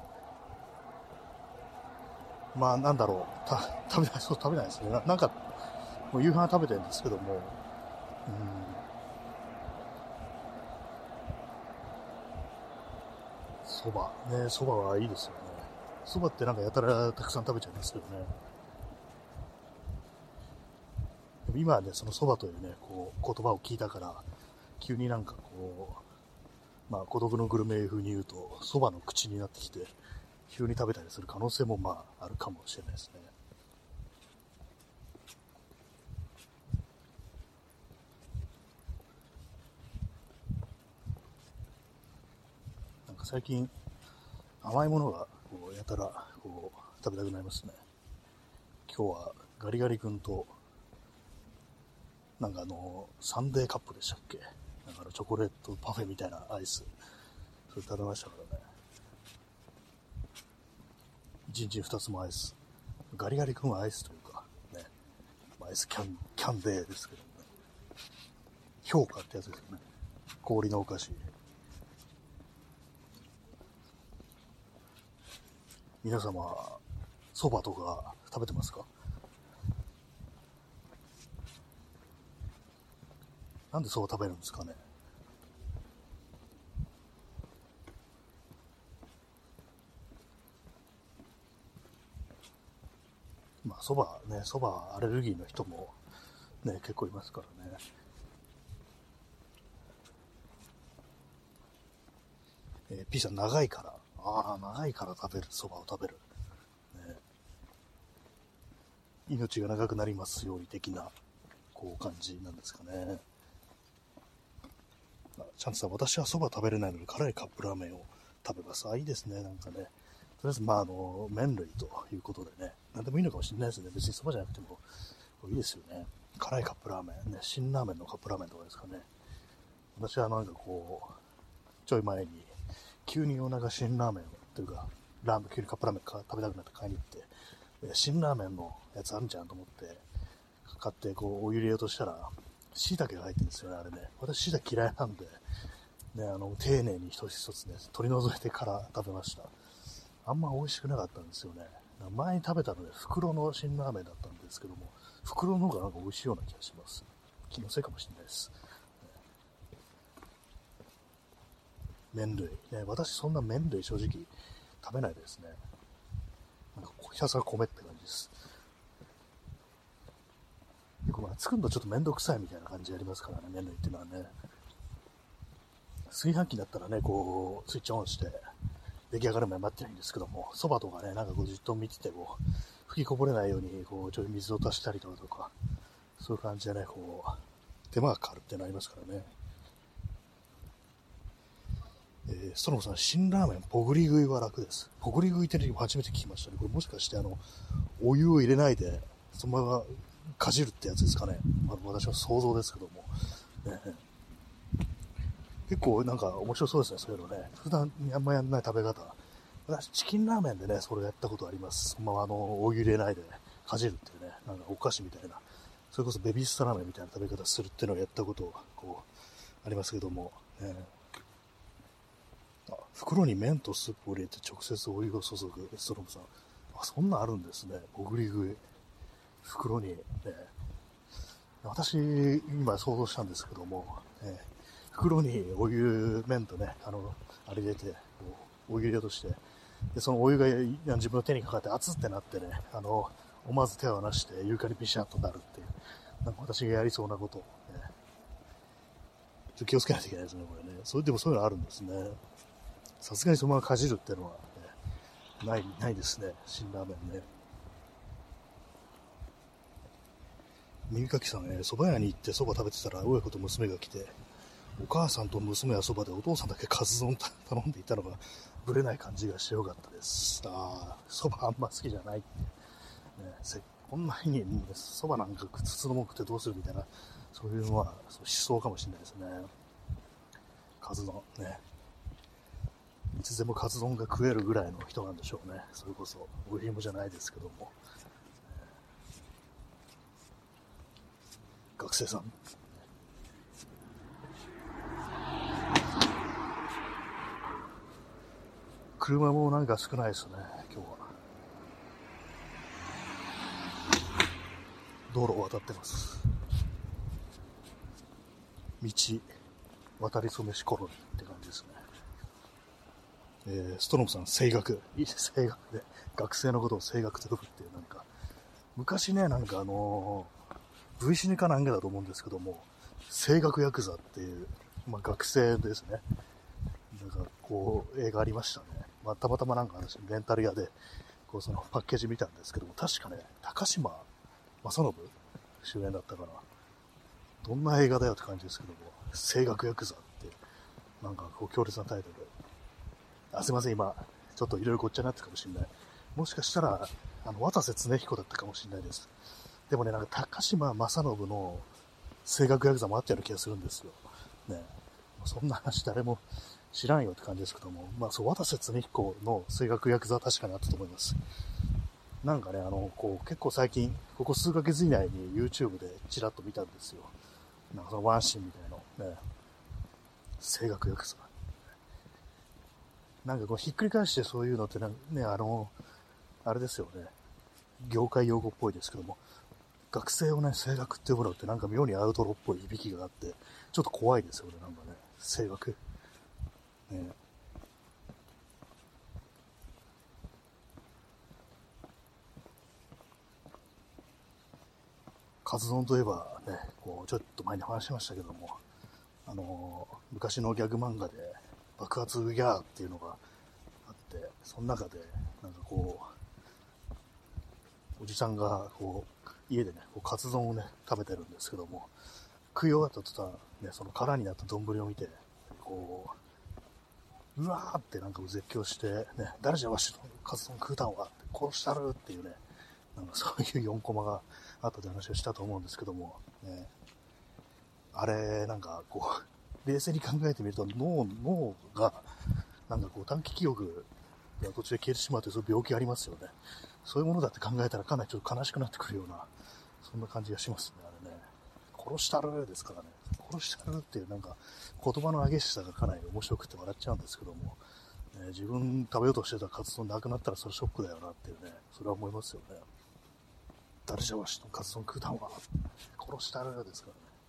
まあなんだろう、た食べない、そう食べないですね。な、なんか、もう夕飯は食べてるんですけども、うん、そば、ね、そばはいいですよね。そばってなんかやたらたくさん食べちゃいますけどね。でも今はね、そのそばというね、こう、言葉を聞いたから、急になんかこう、まあ孤独のグルメ風に言うと、そばの口になってきて、急に食べたりする可能性もまああるかもしれないですね。なんか最近、甘いものがこうやたらこう食べたくなりますね。今日はガリガリ君と、なんかあの、サンデーカップでしたっけ？なんかあのチョコレートパフェみたいなアイス、それ食べましたからね。一日二つもアイス。ガリガリ君はアイスというか、ね、アイスキャン、キャンデーですけどね。評価ってやつですよね。氷のお菓子。皆様、そばとか食べてますか？なんでそば食べるんですかね。まあ、そばね、そばアレルギーの人もね、結構いますからね。えー、P さん長いから。ああ、長いから食べる、そばを食べる。ね、命が長くなりますように的な、こう感じなんですかね。ちゃんとさん、私はそば食べれないので辛いカップラーメンを食べます。あ、いいですね、なんかね。とりあえず、まあ、あの、麺類ということでね、なんでもいいのかもしれないですね。別にそばじゃなくてもいいですよね。辛いカップラーメン、ね、辛ラーメンのカップラーメンとかですかね。私はなんかこう、ちょい前に、急に夜中辛ラーメンを、というか、ラーメン、急にカップラーメンか食べたくなって買いに行って、辛ラーメンのやつあるんじゃんと思って、買って、こう、お湯入れようとしたら、椎茸が入ってるんですよね、あれね。私、椎茸嫌いなんで、ね、あの、丁寧に一つ一つね、取り除いてから食べました。あんま美味しくなかったんですよね。前に食べたので、袋の辛ラーメンだったんですけども、袋の方がなんか美味しいような気がします。気のせいかもしれないです。麺類。ね、私そんな麺類正直食べないですね。なんかひたすら米って感じです。よくまあ作るのちょっとめんどくさいみたいな感じありますからね、麺類っていうのはね。炊飯器だったらね、こう、スイッチオンして、出来上がるまで待ってないんですけども、そばとかね、なんかこうじっと見てて、こう、吹きこぼれないように、こう、ちょい水を足したりとかとか、そういう感じでね、こう、手間がかかるってなりますからね。えー、ストロムさん、辛ラーメン、ポグリ食いは楽です。ポグリ食いって初めて聞きましたね。これもしかして、あの、お湯を入れないで、そのままかじるってやつですかね。まあ、私は想像ですけども。ね、結構なんか面白そうですね、そういうのね。普段あんまやんない食べ方。私、チキンラーメンでね、それやったことあります。そのままあの、お湯入れないでかじるっていうね、なんかお菓子みたいな。それこそベビースターラーメンみたいな食べ方するっていうのをやったこと、こう、ありますけども。ね、あ、袋に麺とスープを入れて直接お湯を注ぐストロムさん。あ、そんなんあるんですね。ボグリ食い。袋に、ね。私、今想像したんですけども、ね、袋にお湯、麺とね、あの、あれ入れて、お湯入れようとして、で、そのお湯が自分の手にかかって熱ってなってね、あの、思わず手を離して床にビシャッとなるっていう、なんか私がやりそうなことを、ね、ちょっと気をつけないといけないですね、これね。それでもそういうのあるんですね。さすがにそのままかじるっていうのは、ね、ない、ないですね、辛ラーメンね。耳かきさんね、蕎麦屋に行って蕎麦食べてたら親子と娘が来て、お母さんと娘は蕎麦でお父さんだけカツ丼頼んでいたのがブレない感じがしてよかったです。ああ、蕎麦あんま好きじゃないって、ね、せこんなにそばなんか筒のもん食ってどうするみたいな、そういうのは思想かもしれないですね。カツ丼ね。いつでもカツ丼が食えるぐらいの人なんでしょうね。それこそ、おひもじゃないですけども。学生さん。車もなんか少ないですね、今日は。道路を渡ってます。道、渡り初めしコロニって感じですね。えー、ストロムさん、声楽。いい声楽で、学生のことを声楽と呼ぶっていう、なんか、昔ね、なんかあのー、V シネかなんかだと思うんですけども、声楽ヤクザっていう、まあ、学生ですね。なんか、こう、映画ありましたね。まあ、たまたまなんか私、レンタル屋で、こう、そのパッケージ見たんですけども、確かね、高島正信主演だったかな。どんな映画だよって感じですけども、声楽ヤクザって、なんかこう強烈なタイトル。あ、すいません、今、ちょっといろいろごっちゃになってるかもしれない。もしかしたら、あの、渡瀬恒彦だったかもしれないです。でもね、なんか高島正信の声楽ヤクザもあったような気がするんですよ。ね。そんな話誰も知らんよって感じですけども、まあそう、渡瀬恒彦の声楽ヤクザは確かにあったと思います。なんかね、あの、こう、結構最近、ここ数ヶ月以内に YouTube でチラッと見たんですよ。なんかそのワンシーンみたいなの、ね。声楽ヤクザ。なんかこう、ひっくり返してそういうのってね、あの、あれですよね。業界用語っぽいですけども、学生をね、声楽って呼ぶのってなんか妙にアウトロっぽい響きがあって、ちょっと怖いですよね、なんかね。声楽。ね。カツ丼といえばね、こう、ちょっと前に話しましたけども、あのー、昔のギャグ漫画で爆発ギャーっていうのがあって、その中で、なんかこう、おじさんがこう、家でね、こうカツ丼をね、食べてるんですけども、食い終わった途端、ね、その空になった丼を見て、こう、うわーってなんか絶叫して、ね、誰じゃわしのカツ丼食うたんは殺したるっていうね、なんかそういうよんコマがあったって話をしたと思うんですけども、ね、あれ、なんかこう、冷静に考えてみると脳、脳が、なんかこう短期記憶が途中で消えてしまうというそういう病気ありますよね。そういうものだって考えたらかなりちょっと悲しくなってくるような、そんな感じがしますね、あれね。殺したるですからね。殺したるっていうなんか言葉の激しさがかなり面白くて笑っちゃうんですけども、ね、自分食べようとしてたカツ丼なくなったらそれショックだよなっていうね、それは思いますよね。誰じゃわしのカツ丼食うたんは殺したるです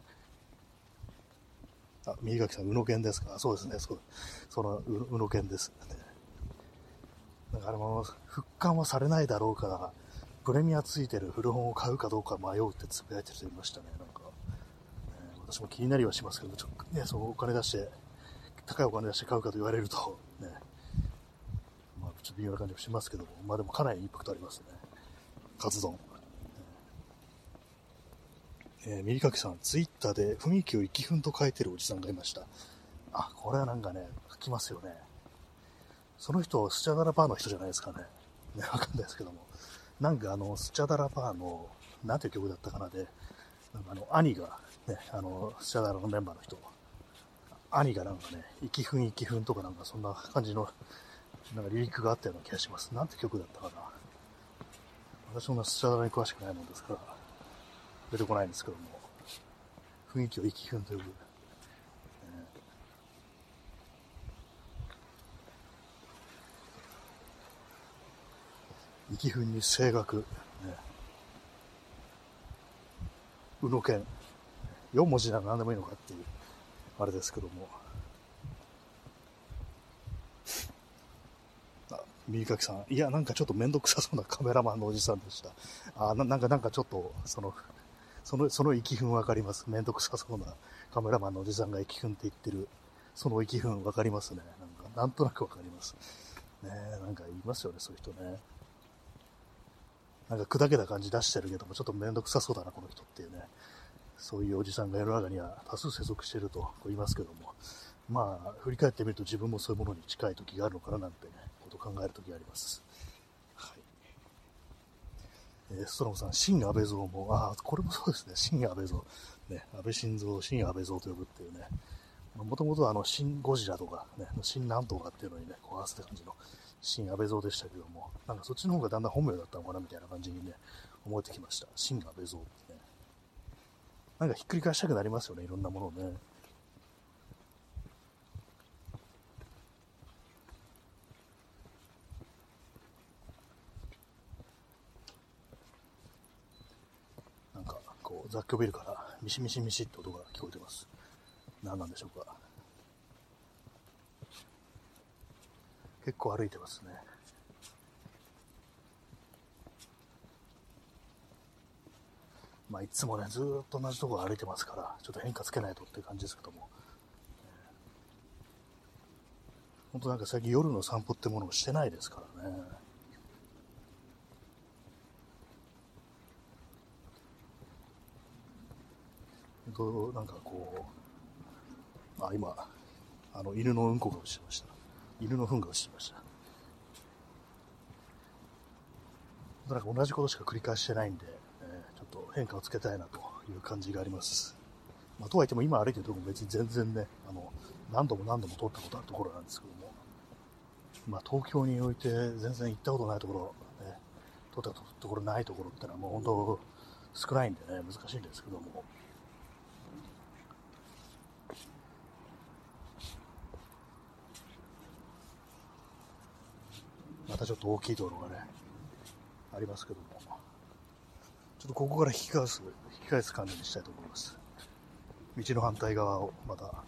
からね。あ、右垣さん、宇野健ですか？そうですね、そう、その宇野健です、ね。だからもう復刊はされないだろうから、プレミアついてる古本を買うかどうか迷うってつぶやいてる人いましたね。なんか、えー、私も気になりはしますけど、ちょっとね、そのお金出して、高いお金出して買うかと言われると、ね、まあ、ちょっと微妙な感じもしますけども、まあでもかなりインパクトありますね。カツ丼。えー、右垣さん、ツイッターで雰囲気を息憤と書いてるおじさんがいました。あ、これはなんかね、書きますよね。その人、スチャダラパーの人じゃないですかね。ね、わかんないですけども。なんかあの、スチャダラパーの、なんていう曲だったかなで、なんかあの、兄が、ね、あの、スチャダラのメンバーの人、兄がなんかね、息憤息憤とかなんかそんな感じの、なんかリリックがあったような気がします。なんて曲だったかな。私もスチャダラに詳しくないもんですから、出てこないんですけども、雰囲気を息憤と呼ぶ。息憤に声楽、ね、宇野健、よん文字なら何でもいいのかっていう、あれですけども。あ、右垣さん、いや、なんかちょっとめんどくさそうなカメラマンのおじさんでした。あ、ななんか、なんかちょっと、その、その、その息憤わかります。めんどくさそうなカメラマンのおじさんが息憤って言ってる、その息憤わかりますね。なんか、なんとなくわかります。ねえ、なんか言いますよね、そういう人ね。なんか砕けた感じ出してるけども、ちょっとめんどくさそうだな、この人っていうね。そういうおじさんが世の中には多数接続していると言いますけども、まあ、振り返ってみると自分もそういうものに近い時があるのかななんてね、ことを考える時があります。はい。 えー、ストロムさん、新安倍像も、ああ、これもそうですね、新安倍像。ね、安倍晋三を新安倍像と呼ぶっていうね。もともとはあの、新ゴジラとか、ね、新なんとかっていうのにね、こう合わせた感じの新安倍像でしたけども、なんかそっちの方がだんだん本名だったのかなみたいな感じにね、思えてきました。新安倍像ってね。なんかひっくり返したくなりますよね、いろんなものをね。なんか、こう、雑居ビルからミシミシミシって音が聞こえてます。何なんでしょうか。結構歩いてますね。まあ、いつもね、ずーっと同じところ歩いてますから、ちょっと変化つけないとって感じですけども。本当なんか最近夜の散歩ってものをしてないですからね。本当なんかこう、あ、今、あの、犬のうんこが落ちてました。犬の糞が落ちてました。なんか同じことしか繰り返してないんで、えー、ちょっと変化をつけたいなという感じがあります。まあ、とはいっても今歩いてるところも別に全然ね、あの、何度も何度も通ったことあるところなんですけども、まあ、東京において全然行ったことないところ、ね、通ったところないところってのはもう本当少ないんでね、難しいんですけども、またちょっと大きい道路がね、ありますけども、ちょっとここから引き返す、引き返す感じにしたいと思います。道の反対側をまた行って、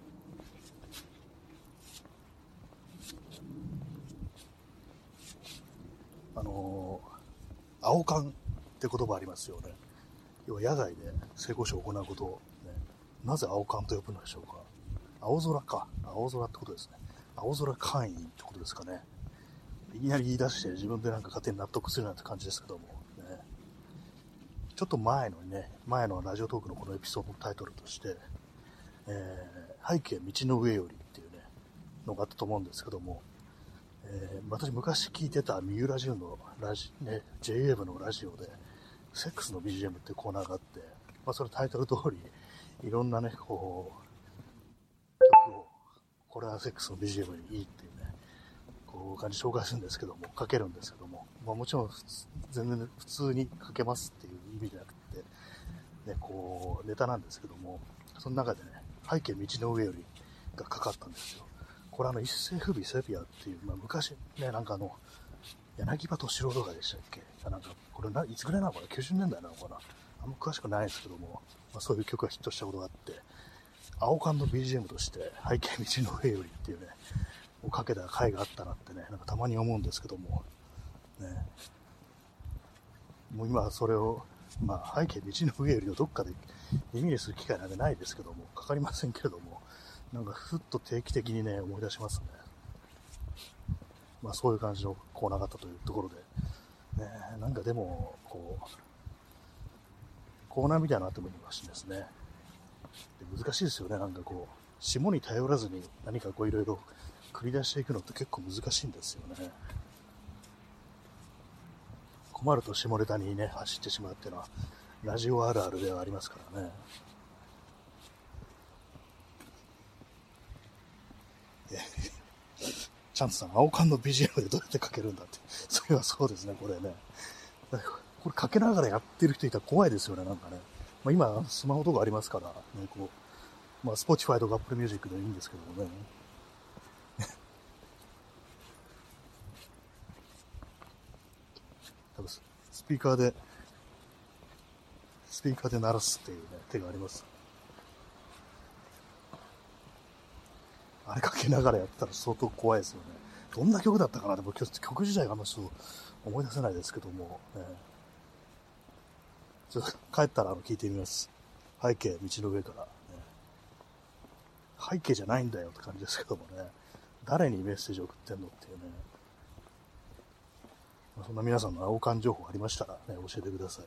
あのー、青缶って言葉ありますよね。要は野外で性交渉を行うことを、ね、なぜ青缶と呼ぶのでしょうか。青空か。青空ってことですね。青空会員ってことですかね。いきなり言い出して自分でなんか勝手に納得するなんて感じですけども、ね、ちょっと前のね、前のラジオトークのこのエピソードのタイトルとして、えー、背景道の上よりっていうね、のがあったと思うんですけども、えー、私昔聞いてた三浦淳のラジ、ね、ジェイエム のラジオで、セックスの ビージーエム ってコーナーがあって、まあ、それタイトル通り、いろんなね、こう、曲を、これはセックスの ビージーエム にいいっていうね、こう感じ紹介するんですけども、かけるんですけども、まあ、もちろん全然普通にかけますっていう意味じゃなくて、ね、こう、ネタなんですけども、その中でね、背景道の上よりがかかったんですよ。これあの、一世風靡セピアっていう、まあ、昔ね、なんかあの、柳葉敏郎とかでしたっけ、なんか、これな、いつぐらいなのかな ?きゅうじゅう 年代なのかな、あんま詳しくないですけども、まあ、そういう曲がヒットしたことがあって、青缶の ビージーエム として背景道の上よりっていうね、をかけた回があったなってね、なんかたまに思うんですけども、ね、もう今それを、まあ、背景道の上よりをどっかで耳にする機会なんてないですけども、かかりませんけれども、なんかふっと定期的にね、思い出しますね。まあそういう感じのコーナーがあったというところで、ね、なんかでも、こう、コーナーみたいなのあってもいいかもしれないですね。で難しいですよね、なんかこう、下に頼らずに何かこういろいろ繰り出していくのって結構難しいんですよね。困ると下ネタにね、走ってしまうっていうのは、ラジオあるあるではありますからね。チャンツさん、青缶の ビージーエム でどうやってかけるんだって。それはそうですね、これね。これかけながらやってる人いたら怖いですよね、なんかね。まあ、今、スマホとかありますから、ね、こう、まあ、Spotify とか Apple Music でいいんですけどもね。多分、スピーカーで、スピーカーで鳴らすっていうね、手があります。あれかけながらやったら相当怖いですよね。どんな曲だったかな、でも曲自体があんまちょっと思い出せないですけども、ね、ちょっと帰ったらあの聞いてみます。背景、道の上から、ね。背景じゃないんだよって感じですけどもね。誰にメッセージを送ってんのっていうね。まあ、そんな皆さんの青缶情報ありましたらね、教えてください。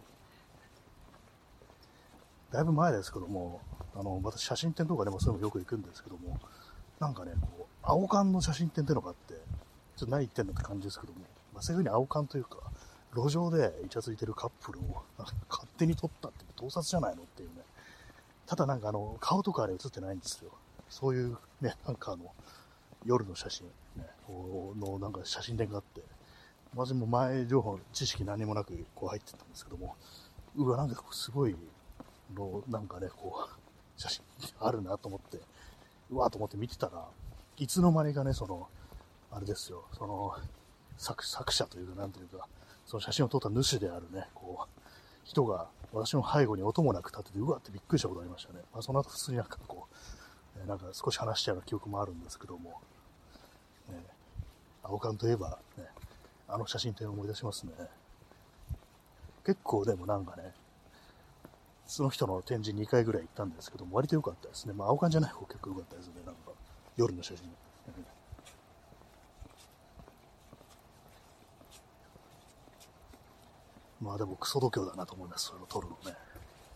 だいぶ前ですけども、あの、私写真展とかでもそういうのよく行くんですけども、なんかね、こう、青缶の写真展っていうのがあって、ちょっと何言ってんのって感じですけども、まあ、そういう風に青缶というか、 路上でイチャついてるカップルを勝手に撮ったって盗撮じゃないのっていうね。ただなんかあの顔とかあれ写ってないんですよ。そういうね、なんかあの夜の写真、ね、のなんか写真展があって、まずもう前情報知識何もなくこう入ってったんですけども、うわなんかすごいのなんかねこう写真あるなと思って、うわーと思って見てたら、いつの間にかねそのあれですよ、その作作者というかなんというか、その写真を撮った主であるねこう人が私の背後に音もなく立ってて、うわってびっくりしたことありましたね。まあ、その後普通になんかこう、なんか少し話したような記憶もあるんですけども、ね、青缶といえば、ね、あの写真展を思い出しますね。結構でもなんかね、その人の展示にかいぐらい行ったんですけども、割と良かったですね。まあ青缶じゃない方結構良かったですね。なんか夜の写真。まあでもクソ度胸だなと思います。それを撮るのね。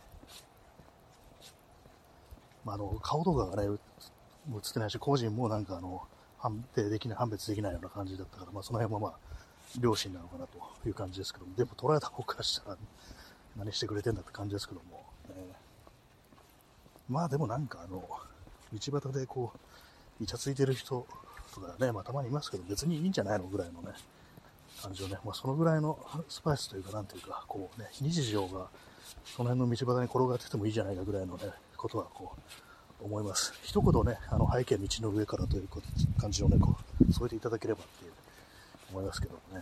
まあ、あの顔とかがね映ってないし、個人もなんかあの判定できない、判別できないような感じだったから、まあその辺もまあ良心なのかなという感じですけども、でも捉えた方からしたら何してくれてんだって感じですけども、ね、まあでもなんかあの道端でこうイチャついてる人とかね、まあたまにいますけど、別にいいんじゃないのぐらいのね感じをね、まあそのぐらいのスパイスというかなんていうかこうね、日常がその辺の道端に転がっててもいいじゃないかぐらいのねことはこう思います。一言ね、あの背景道の上からという感じをねこう添えていただければっていう思いますけどもね。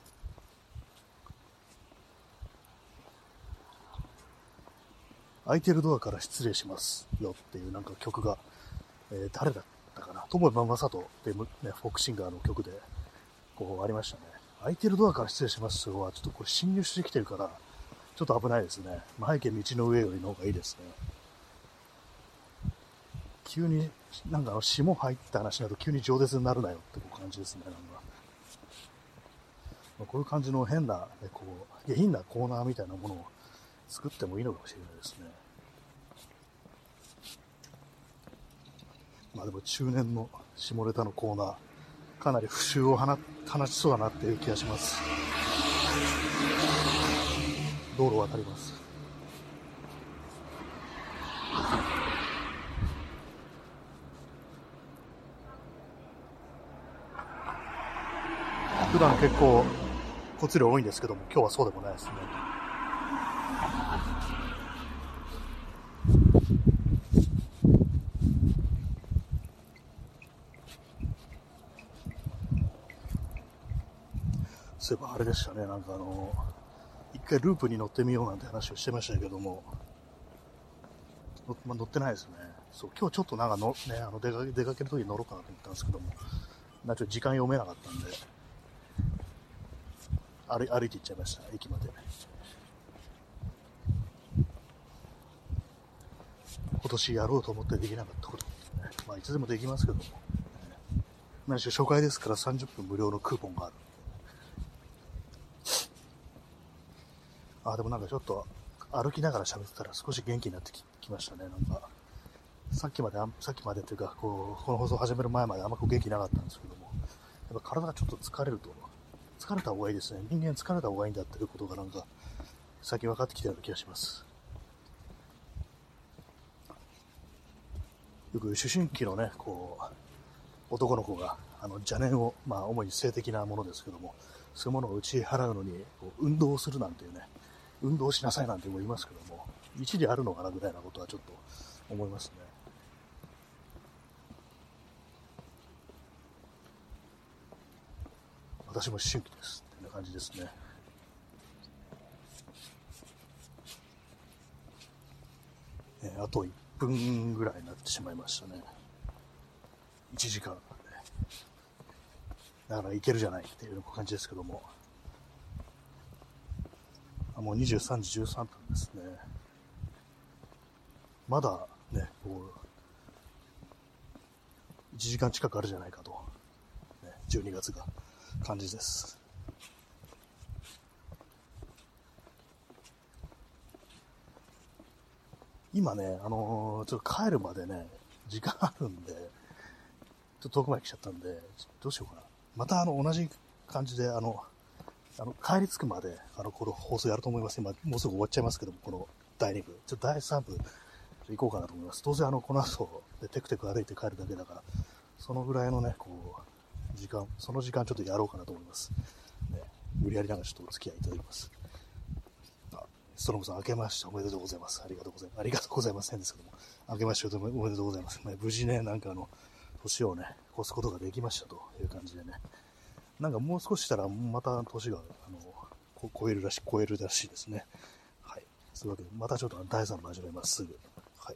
空いてるドアから失礼しますよっていうなんか曲が、えー、誰だったかな、友山正人っていう、ね、フォークシンガーの曲でこうありましたね。空いてるドアから失礼しますよはちょっとこれ侵入してきてるからちょっと危ないですね。背景道の上よりの方がいいですね。急になんかあの霜入った話になると急に饒舌になるなよってこう感じですね。なんか、まあ、こういう感じの変な、ね、こう下品なコーナーみたいなものを作ってもいいのかもしれないですね。まあでも中年の下ネタのコーナー、かなり不臭を放ちそうだなっていう気がします。道路を渡ります。普段結構交通量多いんですけども、今日はそうでもないですね。そういえばあれでしたね、なんかあの一回ループに乗ってみようなんて話をしてましたけども、乗, まあ、乗ってないですね。そう今日ちょっとなんかの、ね、あの出か出かけるときに乗ろうかなと思ったんですけども、なんかちょっと時間読めなかったんで歩, 歩いて行っちゃいました、駅まで。今年やろうと思ってできなかったことですね。まあいつでもできますけども、何しろ初回ですからさんじゅっぷん無料のクーポンがある。あ、でもなんかちょっと歩きながら喋ってたら少し元気になって き, きましたね。なんかさっきまでさっきまでというかこうこの放送始める前まであんま元気なかったんですけども、やっぱ体がちょっと疲れると疲れた方がいいですね。人間疲れた方がいいんだっていうことがなんか最近分かってきたような気がします。よく思春期のねこう男の子があの邪念を、まあ主に性的なものですけども、そういうものを打ち払うのにこう運動をするなんていうね、運動しなさいなんて言いますけども、一理あるのかなぐらいなことはちょっと思いますね。私も思春期ですってな感じですね。えー、あといっぷんぐらいになってしまいましたね。いちじかんなんで、だからいけるじゃないっていう感じですけども、あもうにじゅうさんじじゅうさんぷんですね。まだねこういちじかん近くあるじゃないかと、ね、じゅうにがつが感じです。今ね、あのー、ちょっと帰るまでね時間あるんで、ちょっと遠くまで来ちゃったんでどうしようかな。またあの同じ感じであのあの、帰り着くまで、あの、この放送やると思います。今、もうすぐ終わっちゃいますけども、このだいに部。ちょっとだいさん部、行こうかなと思います。当然、あの、この後、でテクテク歩いて帰るだけだから、そのぐらいのね、こう、時間、その時間ちょっとやろうかなと思います。ね、無理やりながらちょっとお付き合いいただきます。あ、ストロムさん、明けましておめでとうございます。ありがとうございます。ありがとうございませんですけども、明けましておめでとうございます。ね、無事ね、なんかあの、年をね、越すことができましたという感じでね。なんかもう少ししたら、また年が、あの、こ超えるらしい、超えるらしいですね。はい。そういうわけで、またちょっとだいさん部始めます、すぐ。はい。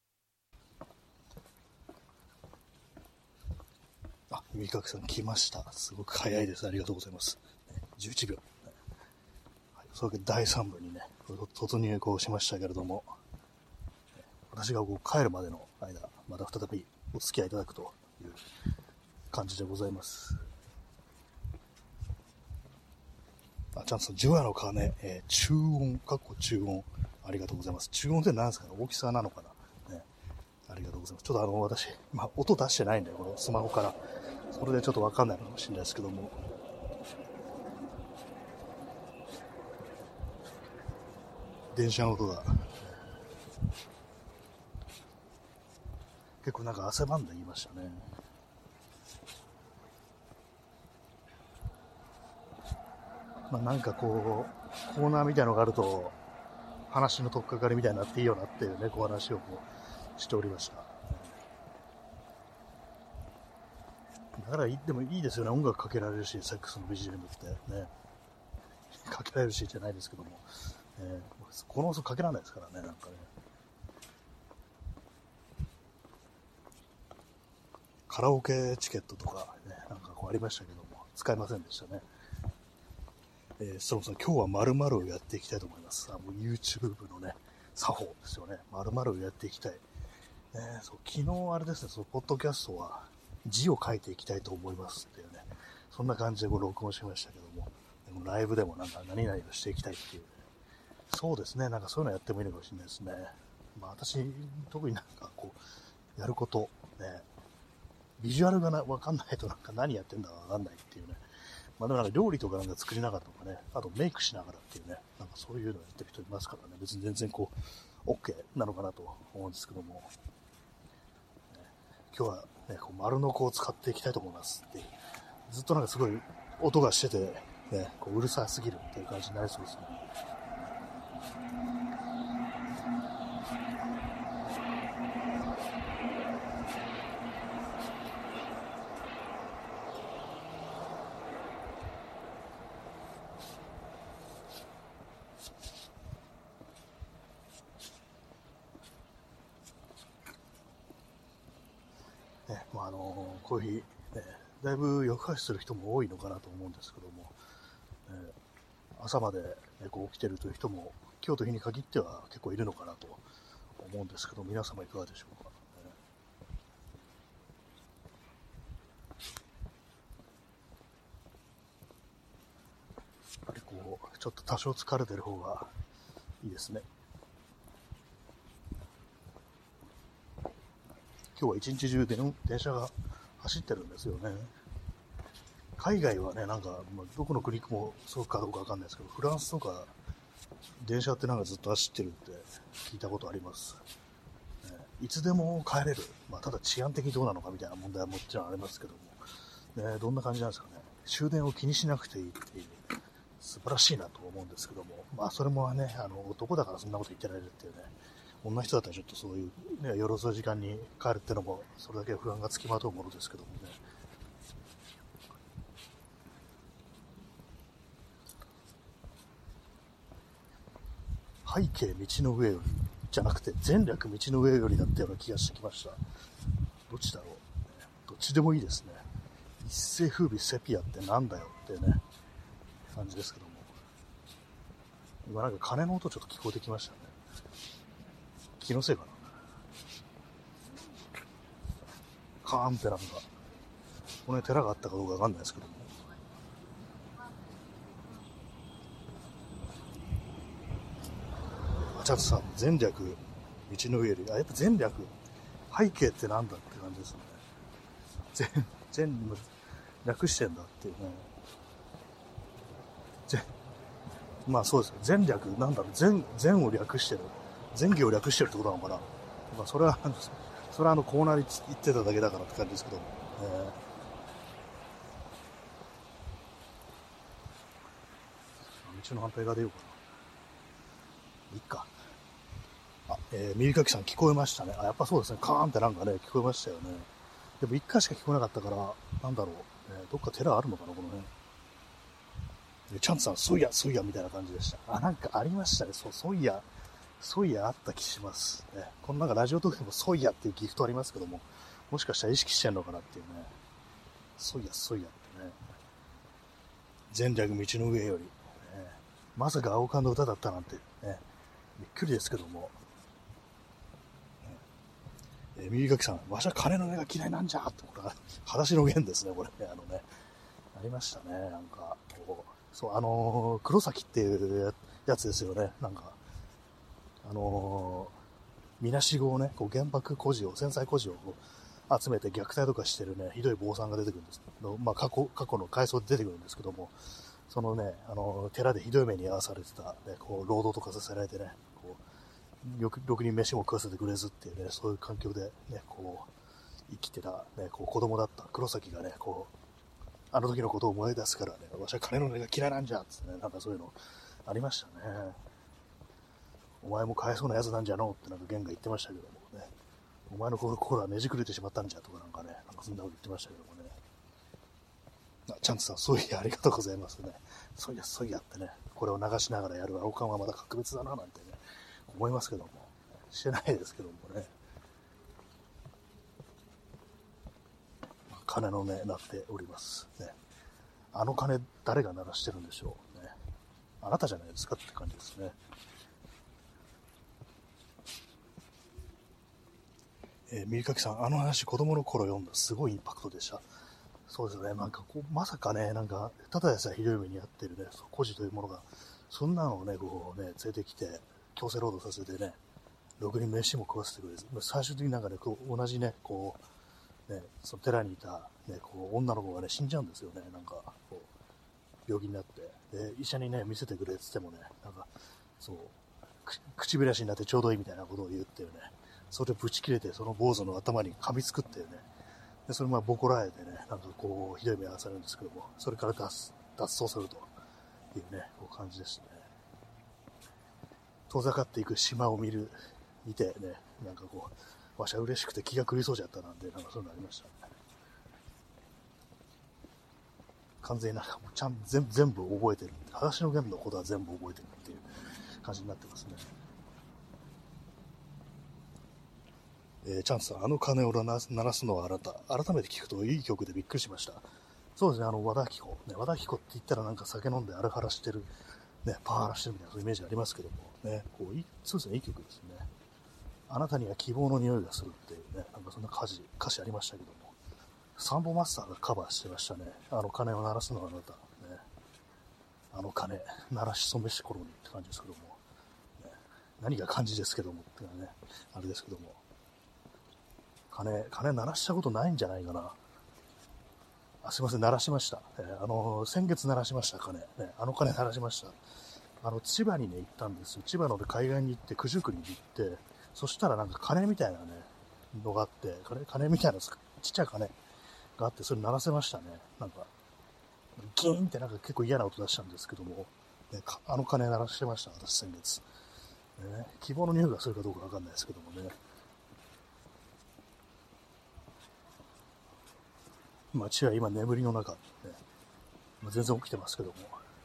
あ、みかくさん来ました。すごく早いです。ありがとうございます。じゅういちびょう。はい、そういうわけでだいさん部にね、突入こうしましたけれども、私がこう帰るまでの間、また再びお付き合いいただくという感じでございます。あ、ちゃんとそのじゅうわの鐘、えー、中音、かっこ中音、ありがとうございます。中音って何ですかね、大きさなのかな、ね、ありがとうございます。ちょっとあの、私、まあ、音出してないんで、このスマホから。それでちょっとわかんないかもしれないですけども。電車の音が。結構なんか汗ばんで言いましたね。まあ、なんかこう、コーナーみたいなのがあると、話の取っかかりみたいになっていいよなっていうね、こう話をこうしておりました。だから、でもいいですよね、音楽かけられるし、セックスの ビージーエム ってね。かけられるしじゃないですけども。えー、この音かけられないですからね、なんかね。カラオケチケットとかね、なんかこうありましたけども、使えませんでしたね。えー、ストロムさん、今日は〇〇をやっていきたいと思います。あ、もう YouTube のね、作法ですよね。〇〇をやっていきたい。えー、そう昨日あれですね、そのポッドキャストは字を書いていきたいと思いますっていうね、そんな感じでこう録音しましたけども、でもライブでもなんか何々をしていきたいっていう、ね、そうですね、なんかそういうのやってもいいのかもしれないですね。まあ私、特になんかこう、やること、ね、ビジュアルがな分かんないとなんか何やってんだか分かんないっていうね。まあでもなんか料理とかなんか作りながらとかね、あとメイクしながらっていうね、なんかそういうのをやってる人いますからね、別に全然こう、OK なのかなと思うんですけども、ね、今日はね、こう丸の子を使っていきたいと思いますっていう、ずっとなんかすごい音がしてて、ね、こううるさすぎるっていう感じになりそうですね。ね、まああのー、コーヒー、ね、だいぶ夜更かしする人も多いのかなと思うんですけども、ね、朝まで、ね、こう起きてるという人も今日と日に限っては結構いるのかなと思うんですけど、皆様いかがでしょうか。やっぱりこうちょっと多少疲れてる方がいいですね。今日は一日中電車が走ってるんですよね。海外はね、なんか、まあ、どこの国もそうかどうかわかんないですけど、フランスとか電車ってなんかずっと走ってるって聞いたことあります。ね、いつでも帰れる。まあ、ただ治安的にどうなのかみたいな問題はもちろんありますけども、ね、どんな感じなんですかね。終電を気にしなくていいっていう、素晴らしいなと思うんですけども、まあそれもね、あの男だからそんなこと言ってられるっていうね、女の人だったらちょっとそういう、ね、夜遅い時間に帰るっていうのもそれだけ不安がつきまとうものですけどもね。背景道の上よりじゃなくて前略道の上よりだったような気がしてきました。どっちだろう。どっちでもいいですね。一世風靡セピアってなんだよってね感じですけども、今なんか鐘の音ちょっと聞こえてきましたね。気のせいかな。カーンってなんかこの寺があったかどうかわかんないですけども、あ、ちゃんとさ、前略道の上より、あ、やっぱ前略背景ってなんだって感じですね。全全部略してんだっていうね。 まあそうです。前略、なんだろう、前、前を略してる。前儀を略してるってことなのかな。まあそれは、それはあのコーナーに行ってただけだからって感じですけども。えー、道の反対側でようかな。いいか。あ、えー、耳かきさん聞こえましたね。あ、やっぱそうですね。カーンってなんかね、聞こえましたよね。でも一回しか聞こえなかったから、なんだろう。えー、どっか寺あるのかな、この辺。チャンツさん、そういや、そういや、みたいな感じでした。あ、なんかありましたね。そう、そういや、そういやあった気します。ね、このなんかラジオトークでもそういやっていうギフトありますけども、もしかしたら意識してんのかなっていうね。そういや、そういやってね。前略道の上より、ね。まさか青缶の歌だったなんて、ね。びっくりですけども。えー、右垣さん、わしは金の値が嫌いなんじゃって、これは、裸足の弦ですね、これね。あのね、ありましたね、なんか、こう、そう、あのー、黒崎っていうやつですよね、なんか、あのー、みなしごをね、こう原爆孤児を、戦災孤児をこう集めて虐待とかしてるね、ひどい坊さんが出てくるんです。まあ、過去、過去の回想で出てくるんですけども、そのね、あのー、寺でひどい目に遭わされてた、ね、こう、労働とかさせられてね、こう、よく、ろくに飯も食わせてくれずっていうね、そういう環境でね、こう、生きてた、ね、こう子供だった黒崎がね、こう、あの時のことを思い出すからね、私は金の値が嫌いなんじゃってね、なんかそういうのありましたね。お前もかわいそうなやつなんじゃのってなんかゲンが言ってましたけどもね。お前の心はねじくれてしまったんじゃとかなんかね、なんかそんなこと言ってましたけどもね。あ、チャンツさん、そういやありがとうございますね。そういや、そういやってね、これを流しながらやる青缶はまだ格別だななんてね、思いますけども。してないですけどもね。鐘の音鳴っておりますね。あの鐘誰が鳴らしてるんでしょうね。あなたじゃないですかって感じですね。えー、みりかきさん、あの話子供の頃読んだすごいインパクトでした。そうですね、なんかこう、まさかね、なんか、ただでさえひどい目に遭ってるね、孤児というものが、そんなのをね、こうね、連れてきて、強制労働させてね、ろくに飯も食わせてくれず、最終的になんかね、こう同じね、こう、ね、その寺にいた、ね、こう女の子がね、死んじゃうんですよね、なんか、こう、病気になって、で、医者にね、見せてくれって言ってもね、なんか、そう、口減らしになってちょうどいいみたいなことを言ってよね、それをぶち切れて、その坊主の頭に噛みつくっていうね、でそれまあボコられてね、なんかこう、ひどい目をされるんですけども、それから脱脱走するというね、こう感じですね。遠ざかっていく島を見る、見てね、なんかこう、わしは嬉しくて気が狂いそうじゃったなんで、なんかそういうのありましたね。完全になんかもうちゃん全全部覚えてる。裸足の弦のことは全部覚えてるっていう感じになってますね。えー、チャンスさん、あの鐘を鳴らすのはあなた。改めて聞くといい曲でびっくりしました。そうですね、あの、和田アキ子。ね、和田アキ子って言ったらなんか酒飲んでアルハラしてる、ね、パワハラしてるみたいなそういうイメージありますけども、ね、こういいそうですね、いい曲ですね。あなたには希望の匂いがするっていうね、なんかそんな歌詞、歌詞ありましたけども、サンボマスターがカバーしてましたね。あの鐘を鳴らすのはあなた。ね、あの鐘、鳴らしそめし頃にって感じですけども、ね、何が感じですけどもっていうのはね、あれですけども、鐘、鐘鳴らしたことないんじゃないかな。あ、すいません、鳴らしました。えー、あのー、先月鳴らしました、鐘。ね、あの鐘鳴らしました。あの、千葉にね、行ったんですよ。千葉の海岸に行って、九十九里に行って、そしたらなんか鐘みたいなね、のがあって、鐘、鐘みたいな、ちっちゃい鐘があって、それ鳴らせましたね。なんか、ギーンってなんか結構嫌な音出したんですけども、ね、あの鐘鳴らしてました、私先月。ね、希望の匂いがするかどうかわかんないですけどもね。街は今眠りの中、ね、まあ、全然起きてますけども。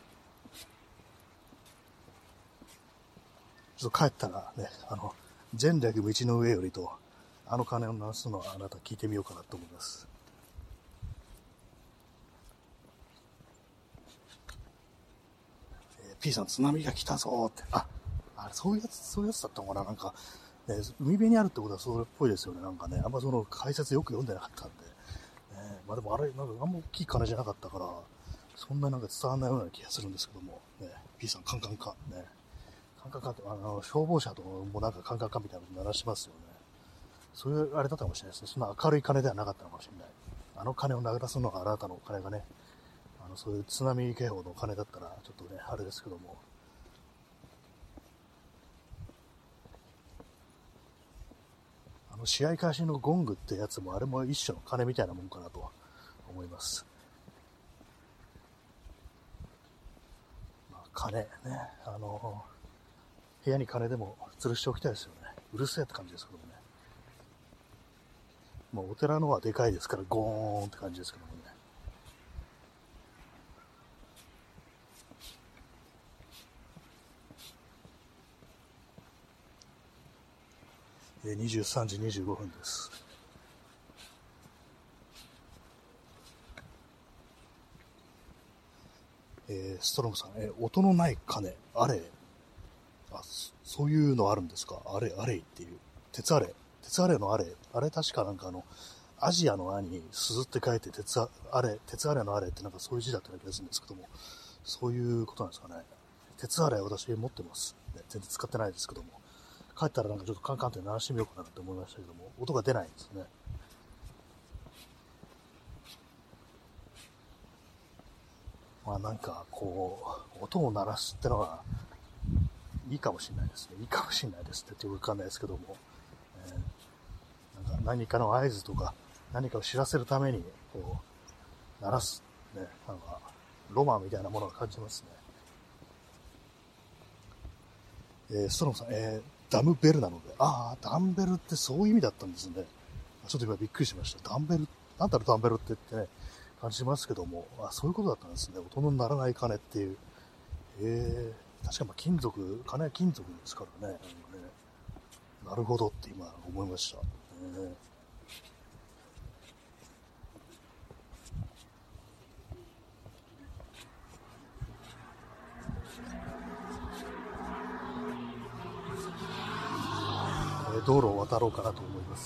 ちょっと帰ったらね、あの、前略道の上よりと、あの鐘を鳴らすのはあなた聞いてみようかなと思います。えー、P さん、津波が来たぞって。あ、あれ、そういうやつ、そういうやつだったのかななんか、ね、海辺にあるってことはそれっぽいですよね。なんかね、あんまその解説よく読んでなかったんで。ね、まあでもあれ、なんかあんま大きい鐘じゃなかったから、そんななんか伝わらないような気がするんですけども、ね、P さん、カンカンカン、ね。カンカンカンって、あの、消防車ともなんかカンカンカンみたいなこと鳴らしますよね。そういうあれだったかもしれないですね。そんな明るい鐘ではなかったのかもしれない。あの鐘を鳴らすのがあなたの鐘がね、あのそういう津波警報の鐘だったら、ちょっとね、あれですけども、 あの試合開始のゴングってやつもあれも一種の鐘みたいなもんかなと思います。まあ、鐘ね、あの部屋に鐘でも吊るしておきたいですよね。うるせえって感じですけどもね。もうお寺のはでかいですからゴーンって感じですけどもね。にじゅうさんじにじゅうごふんです。えー、ストロムさん、えー、音のない鐘、あれ、あ、そういうのあるんですか？あれ、あれっていう。鉄あれ。鉄あれのあれ。あれ確かなんかあの、アジアのあに鈴って書いて鉄あれ、鉄あれのあれってなんかそういう字だったような気がするんですけども、そういうことなんですかね。鉄あれ私持ってます。ね、全然使ってないですけども。帰ったらなんかちょっとカンカンって鳴らしてみようかなって思いましたけども、音が出ないんですね。まあなんかこう、音を鳴らすってのはいいかもしれないですね。いいかもしれないですってよくわかんないですけども、えー、なんか何かの合図とか何かを知らせるためにこう鳴らす、ね、なんかロマンみたいなものを感じますね。えー、ストロムさん、えー、ダムベルなので、ああ、ダンベルってそういう意味だったんですね。ちょっと今びっくりしました。ダンベル、なんだろうダンベルって言ってね、感じますけども、あ、そういうことだったんですね。音の鳴らない鐘っていう。えー、確かまあ金属、鐘は金属ですからね。ね、なるほどって今思いました。えー道路を渡ろうかなと思います。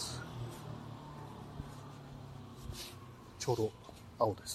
ちょうど青です。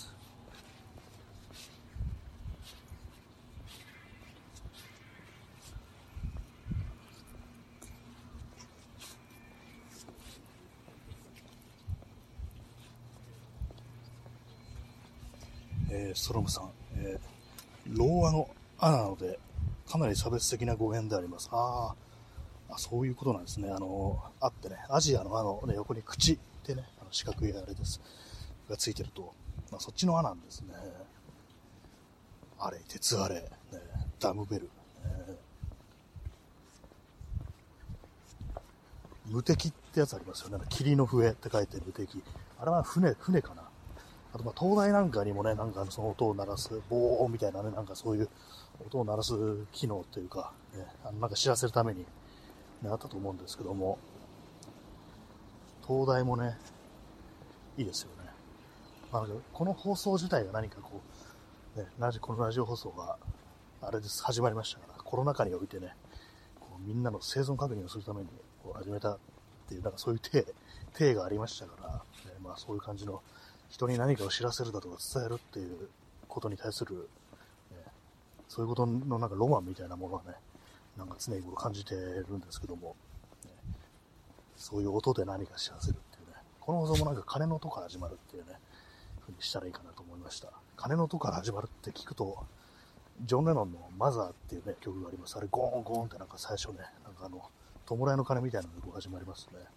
えー、ストロムさん、えー、童話のアなのでかなり差別的な語源であります。ああ、そういうことなんですね。あのあってね、アジアのあの、ね、横に口ってね、あの四角いあれですがついてると、まあ、そっちのアなんですね。あれ、鉄あれ、ね、ダムベル、ね、無敵ってやつありますよね。霧の笛って書いて無敵。あれは船、船かな。あとまあ東大なんかにもね、なんかその音を鳴らす、ボーンみたいなね、なんかそういう音を鳴らす機能というか、ね、あのなんか知らせるために、ね、あったと思うんですけども、東大もね、いいですよね。まあ、この放送自体が何かこう、ね、ラジこのラジオ放送が、あれです、始まりましたから、コロナ禍においてね、こうみんなの生存確認をするためにこう始めたっていう、なんかそういう体、体がありましたから、ね、まあそういう感じの、人に何かを知らせるだとか伝えるっていうことに対する、ね、そういうことのなんかロマンみたいなものはね、なんか常日頃感じてるんですけども、ね、そういう音で何か知らせるっていうね、この放送もなんか鐘の音から始まるっていうね、ふうにしたらいいかなと思いました。鐘の音から始まるって聞くと、ジョン・レノンのマザーっていうね、曲があります。あれゴーンゴーンってなんか最初ね、なんかあの、弔いの鐘みたいなのが始まりますね。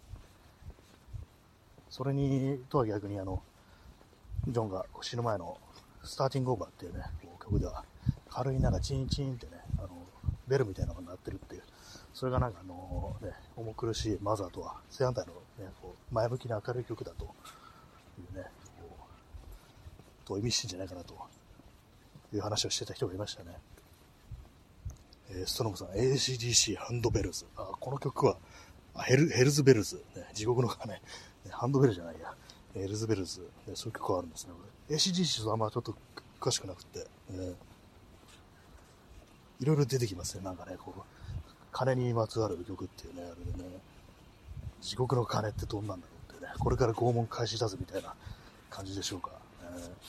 それに、とは逆にあの、ジョンが死ぬ前のスターティングオーバーっていうね、こう曲では軽いなんかチンチンってね、あの、ベルみたいなのが鳴ってるっていう、それがなんかあのね、重苦しいマザーとは正反対のね、こう前向きな明るい曲だというね、こう、と意味してんじゃないかなという話をしてた人がいましたね。えー、ストロムさん、エーシーディーシー ハンドベルズ。あ、この曲は、あヘルヘルズベルズ、ね、地獄の鐘、ね、ハンドベルじゃないや、ヘルズベルズ、ね、そういう曲があるんですね。エーシーディーシー とあんまちょっと詳しくなくて、ね、いろいろ出てきますね、なんかね、こう、鐘にまつわる曲っていうね、あれでね、地獄の鐘ってどんなんだろうってね、これから拷問開始だぜみたいな感じでしょうか。えー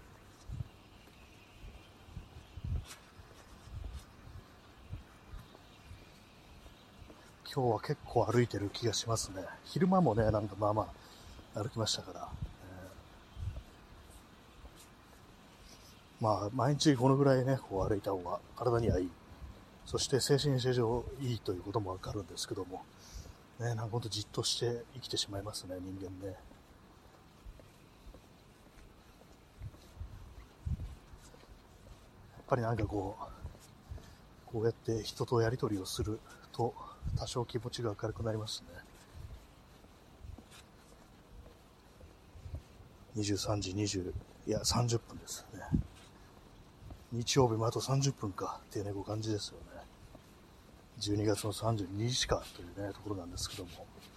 今日は結構歩いてる気がしますね。昼間もね、なんかまあまあ歩きましたから、えー、まあ毎日このぐらいね、こう歩いた方が体にはいい。そして精神性上いいということもわかるんですけども、 ね、なんかほんとじっとして生きてしまいますね、人間ね。やっぱりなんかこう、こうやって人とやり取りをすると、多少気持ちが明るくなりますね。にじゅうさんじにじゅう、いや、さんじゅっぷんですね。日曜日もあとさんじゅっぷんかっていうね、こう感じですよね。じゅうにがつのさんじゅうににちかというね、ところなんですけども。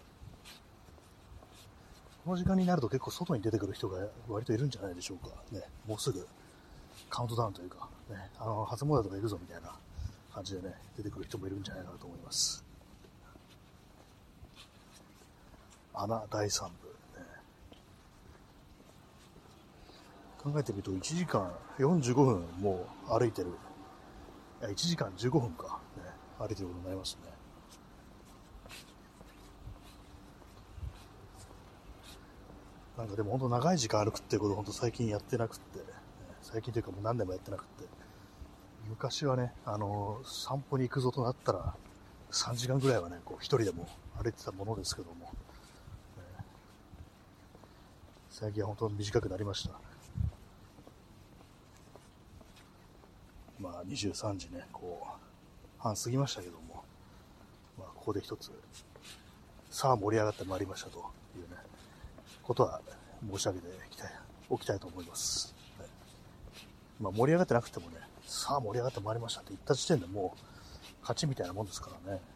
この時間になると結構外に出てくる人が割といるんじゃないでしょうか。ね、もうすぐカウントダウンというか、ね、あの、初詣とか行くぞみたいな感じでね、出てくる人もいるんじゃないかなと思います。穴第三部。考えてみるといちじかんよんじゅうごふんもう歩いてる。いやいちじかんじゅうごふんか、ね、歩いてることになりますね。なんかでも本当長い時間歩くっていうことを本当最近やってなくって、ね、最近というかもう何年もやってなくって、昔はね、あのー、散歩に行くぞとなったらさんじかんぐらいはね、こう一人でも歩いてたものですけども、ね、最近は本当に短くなりました。まあにじゅうさんじね、こう、半過ぎましたけども、まあここで一つ、さあ盛り上がってまいりましたというね、ことは申し上げていきたい、おきたいと思います。ね、まあ盛り上がってなくてもね、さあ盛り上がってまいりましたって言った時点でもう、勝ちみたいなもんですからね。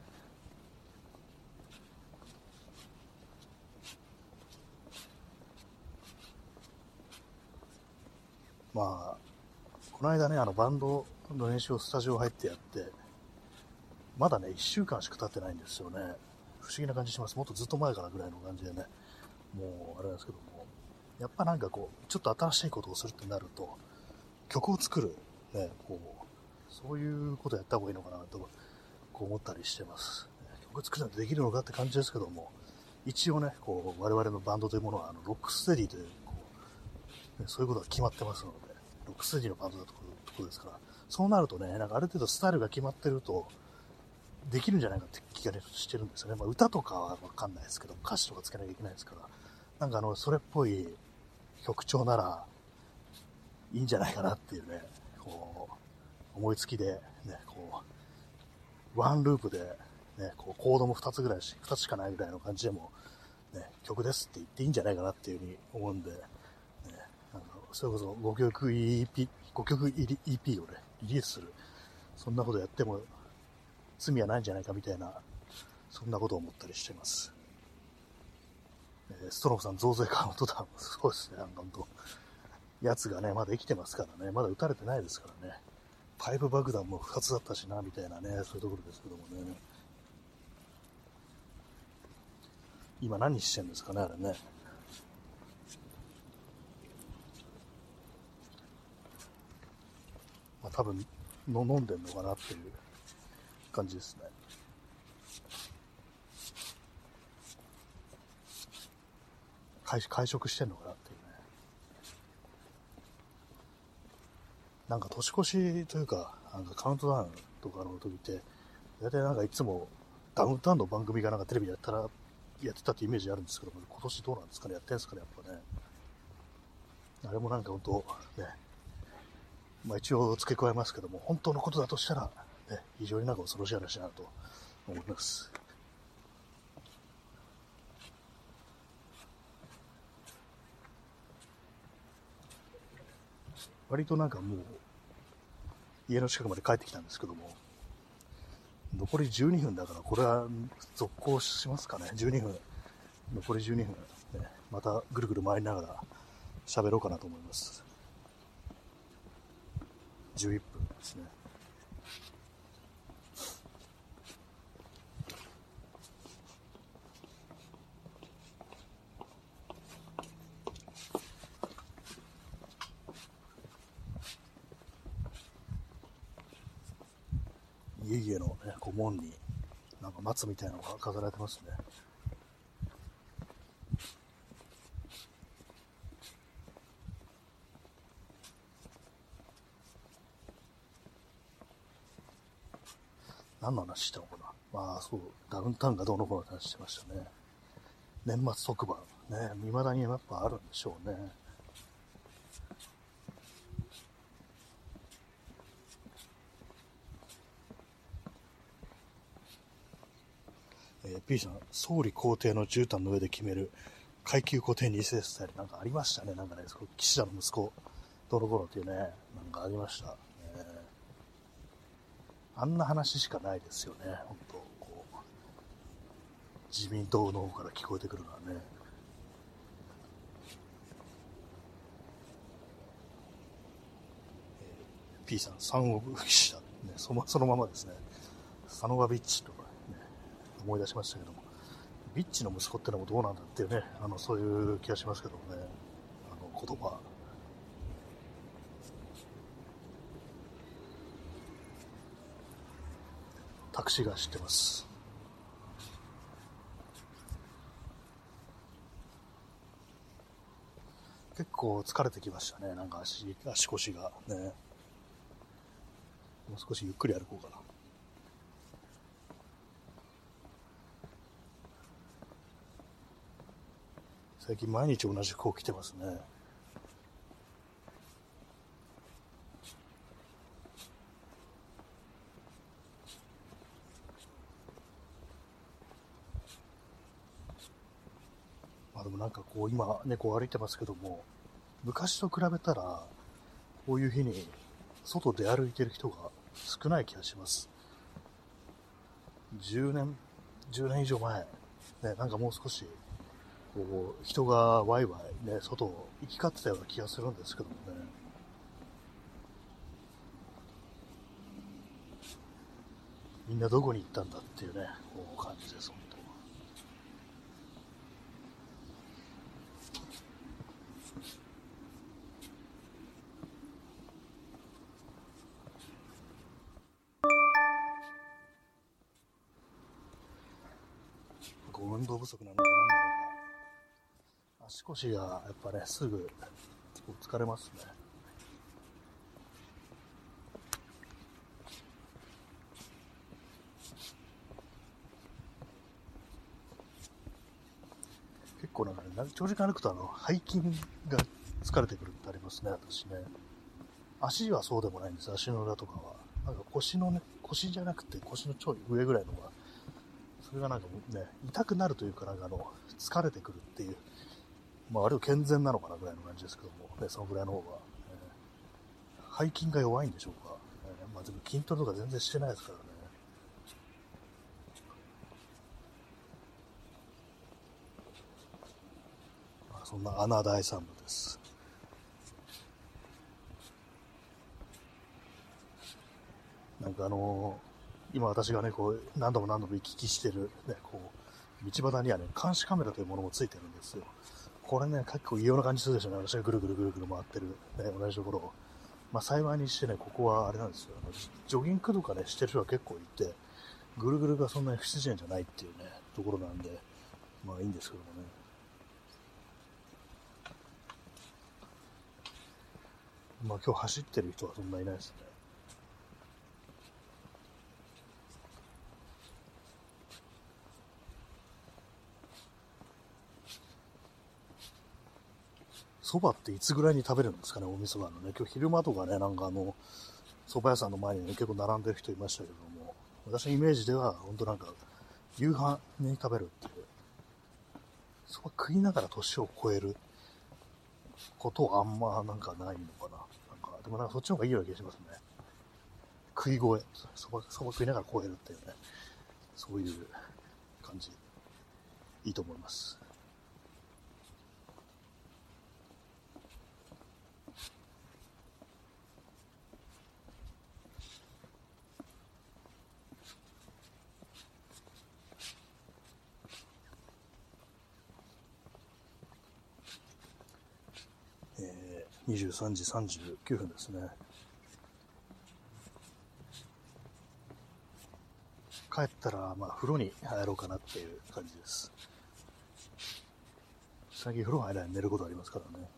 まあ、この間ね、あのバンドの練習をスタジオ入ってやって、まだね、いっしゅうかんしか経ってないんですよね。不思議な感じします。もっとずっと前からぐらいの感じでね、もうあれなんですけども、やっぱなんかこう、ちょっと新しいことをするってなると、曲を作る、ね、こう、そういうことやった方がいいのかなと、こう思ったりしてます。曲作るなんてできるのかって感じですけども、一応ね、こう、我々のバンドというものは、あの、ロックステディという、こう、ね、そういうことが決まってますので、ロックステディのバンドだところですから、そうなるとね、なんかある程度スタイルが決まってると、できるんじゃないかって気がしてるんですよね。まあ、歌とかはわかんないですけど、歌詞とかつけなきゃいけないですから、なんかあの、それっぽい曲調ならいいんじゃないかなっていうね、こう、思いつきで、ね、こう、ワンループで、ね、こうコードもふたつぐらいし、ふたつしかないぐらいの感じでも、ね、曲ですって言っていいんじゃないかなっていうふうに思うんで、ね、あのそれこそごきょく イーピー、ごきょく入り イーピー をね、リリースする、そんなことやっても罪はないんじゃないかみたいな、そんなことを思ったりしています。えー、ストロムさん増税カウントダウン。そうですね、本当。やつがね、まだ生きてますからね、まだ撃たれてないですからね。パイプ爆弾もふたつだったしな、みたいなね、そういうところですけどもね。今何してんですかね、あれね。まあ多分の飲んでんのかなっていう感じですね。会会食してんのかなっていうね。なんか年越しというか、なんかカウントダウンとかの時って、大体なんかいつもダウンタウンの番組がなんかテレビでやったら、やってたってイメージあるんですけども、今年どうなんですかね、やってんですかね、やっぱね。あれもなんか本当、ね、まあ一応付け加えますけども、本当のことだとしたら、ね、非常になんか恐ろしい話だなと思います。割となんかもう、家の近くまで帰ってきたんですけども、残りじゅうにふんだから、これは続行しますかね、じゅうにふん。残りじゅうにふん、ね、またぐるぐる回りながら喋ろうかなと思います。じゅういっぷんですね。家々の、ね、こう門になんか松みたいなのが飾られてますね。何の話したのかな。 まあそう、ダウンタウンがどうのこうの話してましたね。年末特番。ね、未だにやっぱあるんでしょうね。えー、P さん、総理公邸の絨毯の上で決める階級固定に世スタイルなんかありましたね。なんかね、岸田の息子、どの頃っていうね、なんかありました。えー、あんな話しかないですよね、本当こう。自民党の方から聞こえてくるのはね。えー、P さん、サンオブ岸田、ね、その、そのままですね。サノバビッチとか、ね、思い出しましたけども。ビッチの息子ってのもどうなんだっていうね、あの、そういう気がしますけどもね、あの、言葉。タクシーが走ってます。結構疲れてきましたね、なんか足、足腰がね。もう少しゆっくり歩こうかな。最近毎日同じ服を着てますね。まあでもなんかこう今ね、こう歩いてますけども、昔と比べたら、こういう日に外で歩いてる人が少ない気がします。じゅうねん、じゅうねん以上前、ね、なんかもう少し、こう、人がワイワイね、外を行き交ってたような気がするんですけどもね。みんなどこに行ったんだっていうね、こう感じです、本当。こう運動不足なのかなんなのか、足腰がやっぱね、すぐ疲れますね。結構なんかね、長時間歩くとあの背筋が疲れてくるってありますね、私ね。足はそうでもないんです、足の裏とかは。なんか腰のね、腰じゃなくて腰のちょい上ぐらいのが、それがなんかね、痛くなるというか、なんかあの、疲れてくるっていう、まああれは健全なのかなぐらいの感じですけども、ね、そのぐらいの方が、えー、背筋が弱いんでしょうか。えー、まあでも筋トレとか全然してないですからね。まあ、そんな穴大三部です。なんかあのー、今私がね、こう、何度も何度も行き来してる、ね、こう、道端にはね、監視カメラというものもついてるんですよ。これね、結構異様な感じするでしょうね。私がぐるぐるぐるぐる回ってる、ね、同じところを。まあ幸いにしてね、ここはあれなんですよ。あのジョギングとかね、してる人が結構いて、ぐるぐるがそんなに不自然じゃないっていうね、ところなんで、まあいいんですけどもね。まあ今日走ってる人はそんないないですね。蕎麦っていつぐらいに食べるんですかね、お味噌がのね。今日昼間とかね、なんかあの、蕎麦屋さんの前にね、結構並んでる人いましたけども、私のイメージでは、本当なんか、夕飯に食べるっていう、蕎麦食いながら年を超えることはあんまなんかないのかな。なんか、でもなんかそっちの方がいいような気がしますね。食い声、蕎麦、蕎麦食いながら超えるっていうね、そういう感じ、いいと思います。えー、にじゅうさんじさんじゅうきゅうふんですね。帰ったら、まあ、風呂に入ろうかなっていう感じです。最近風呂入らないで寝ることありますからね。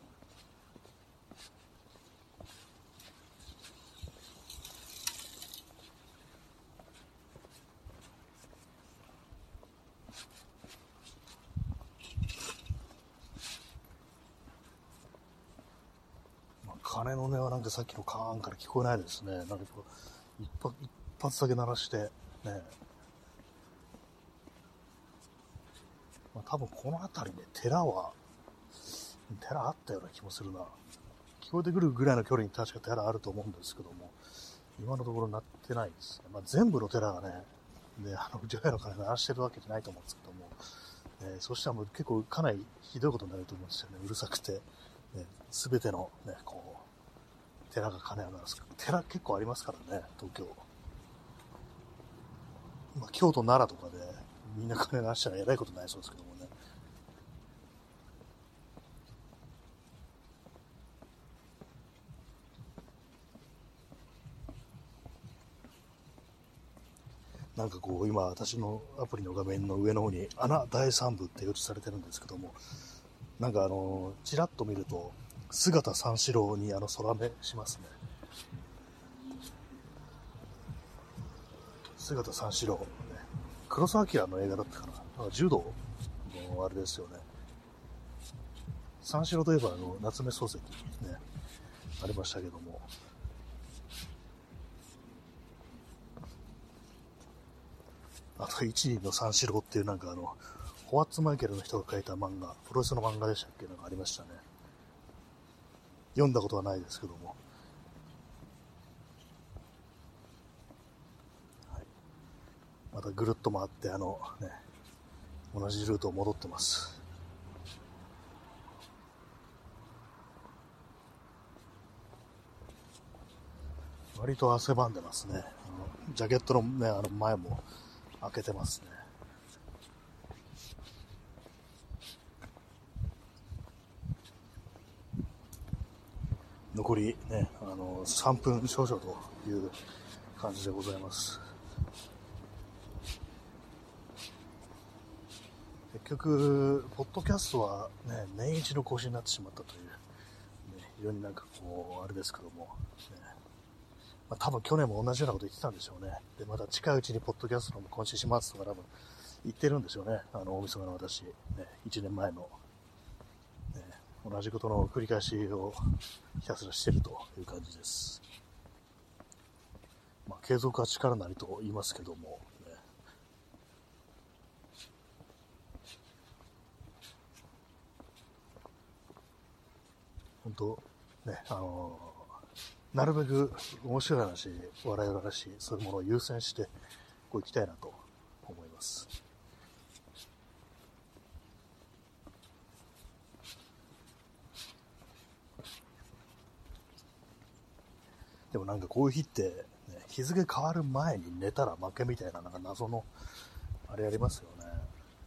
鐘の音はなんかさっきのカーンから聞こえないですね。なんか一発、一発だけ鳴らして、ね。まあ、多分この辺りね、寺は、寺あったような気もするな。聞こえてくるぐらいの距離に確か寺あると思うんですけども、今のところ鳴ってないですね。まあ、全部の寺がね、で、あの、除夜の鐘鳴らしてるわけじゃないと思うんですけども、えー、そしたらもう結構かなりひどいことになると思うんですよね。うるさくて。すべてのね、こう、寺が鐘を鳴らす。寺結構ありますからね、東京。まあ、京都、奈良とかでみんな鐘鳴らしたらえらいことになりそうですけどもね。なんかこう、今、私のアプリの画面の上の方に、穴第三部って表示されてるんですけども、なんかあの、ちらっと見ると、姿三四郎にあの空目しますね。姿三四郎、ね。黒澤明の映画だったかな。なんか柔道のあれですよね。三四郎といえばあの夏目漱石ね、ありましたけども。あと一人の三四郎っていうなんかあの、ホワッツマイケルの人が書いた漫画、プロレスの漫画でしたっけ、なんかありましたね。読んだことはないですけども。はい、またぐるっと回ってあのね、同じルートを戻ってます。割と汗ばんでますね。あのジャケットの、ね、あの前も開けてますね。残りね、あのさんぷん少々という感じでございます。結局、ポッドキャストは、ね、年一の更新になってしまったという、ね、非常になんかこう、あれですけども、ね、まあ、多分去年も同じようなこと言ってたんでしょうね。で、また近いうちにポッドキャストも更新しますとか多分言ってるんでしょうね。あの、大晦日の私、ね、いちねんまえの、ね、同じことの繰り返しをひたすらしているという感じです。まあ、継続は力なりと言いますけども、ね、本当ね、あのー、なるべく面白い話、笑い話、そういうものを優先してこう行きたいなと思います。でもなんかこういう日って、ね、日付変わる前に寝たら負けみたいな、なんか謎のあれありますよね。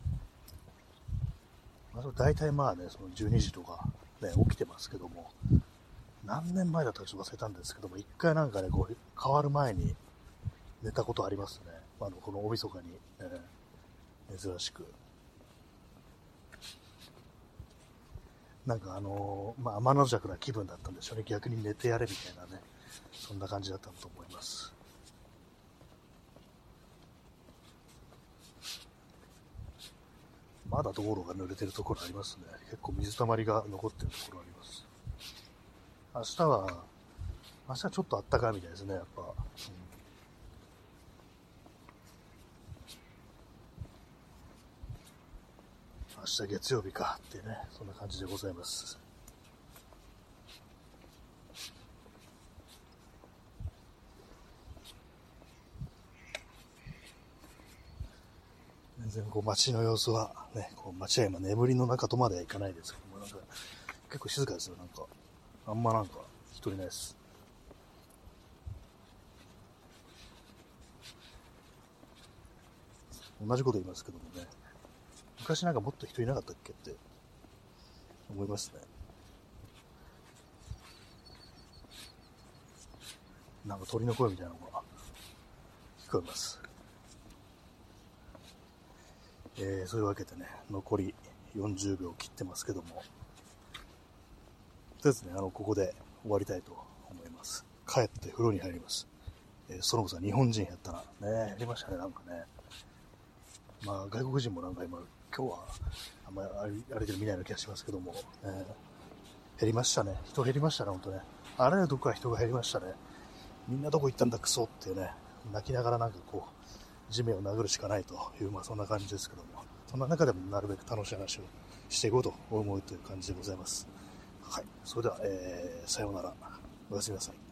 まあ、大体まあね、そのじゅうにじとか、ね、起きてますけども、何年前だったかちょっと忘れたんですけども、一回なんかね、こう変わる前に寝たことありますね。あのこの大晦日に、ね、珍しく。なんかあのー、まあ、天の弱な気分だったんでしょうね。逆に寝てやれみたいなね、そんな感じだったと思います。まだ道路が濡れてるところありますね。結構水たまりが残ってるところあります。明日は、明日はちょっと暖かいみたいですね、やっぱ。うん、明日月曜日かってね、そんな感じでございます。全然こう街の様子はね、こう街は今眠りの中とまではいかないですけども、なんか結構静かですよ、なんか。あんまなんか人いないです。同じこと言いますけどもね、昔なんかもっと人いなかったっけって思いますね。なんか鳥の声みたいなのが聞こえます。えー、そういうわけでね、残りよんじゅうびょう切ってますけども、とりあえずね、あの、ここで終わりたいと思います。帰って風呂に入ります。えー、そのこさん、日本人やったら、ね、やりましたね、なんかね。まあ、外国人もなんか今、今日は、あんまり歩いてるみたいな気がしますけども、ね、 減りましたね。人減りましたね、ほんとね。あらゆるとこから人が減りましたね。みんなどこ行ったんだクソっていうね、泣きながらなんかこう、地面を殴るしかないという、まあそんな感じですけども、そんな中でもなるべく楽しい話をしていこうと思うという感じでございます。はい。それでは、えー、さようなら。おやすみなさい。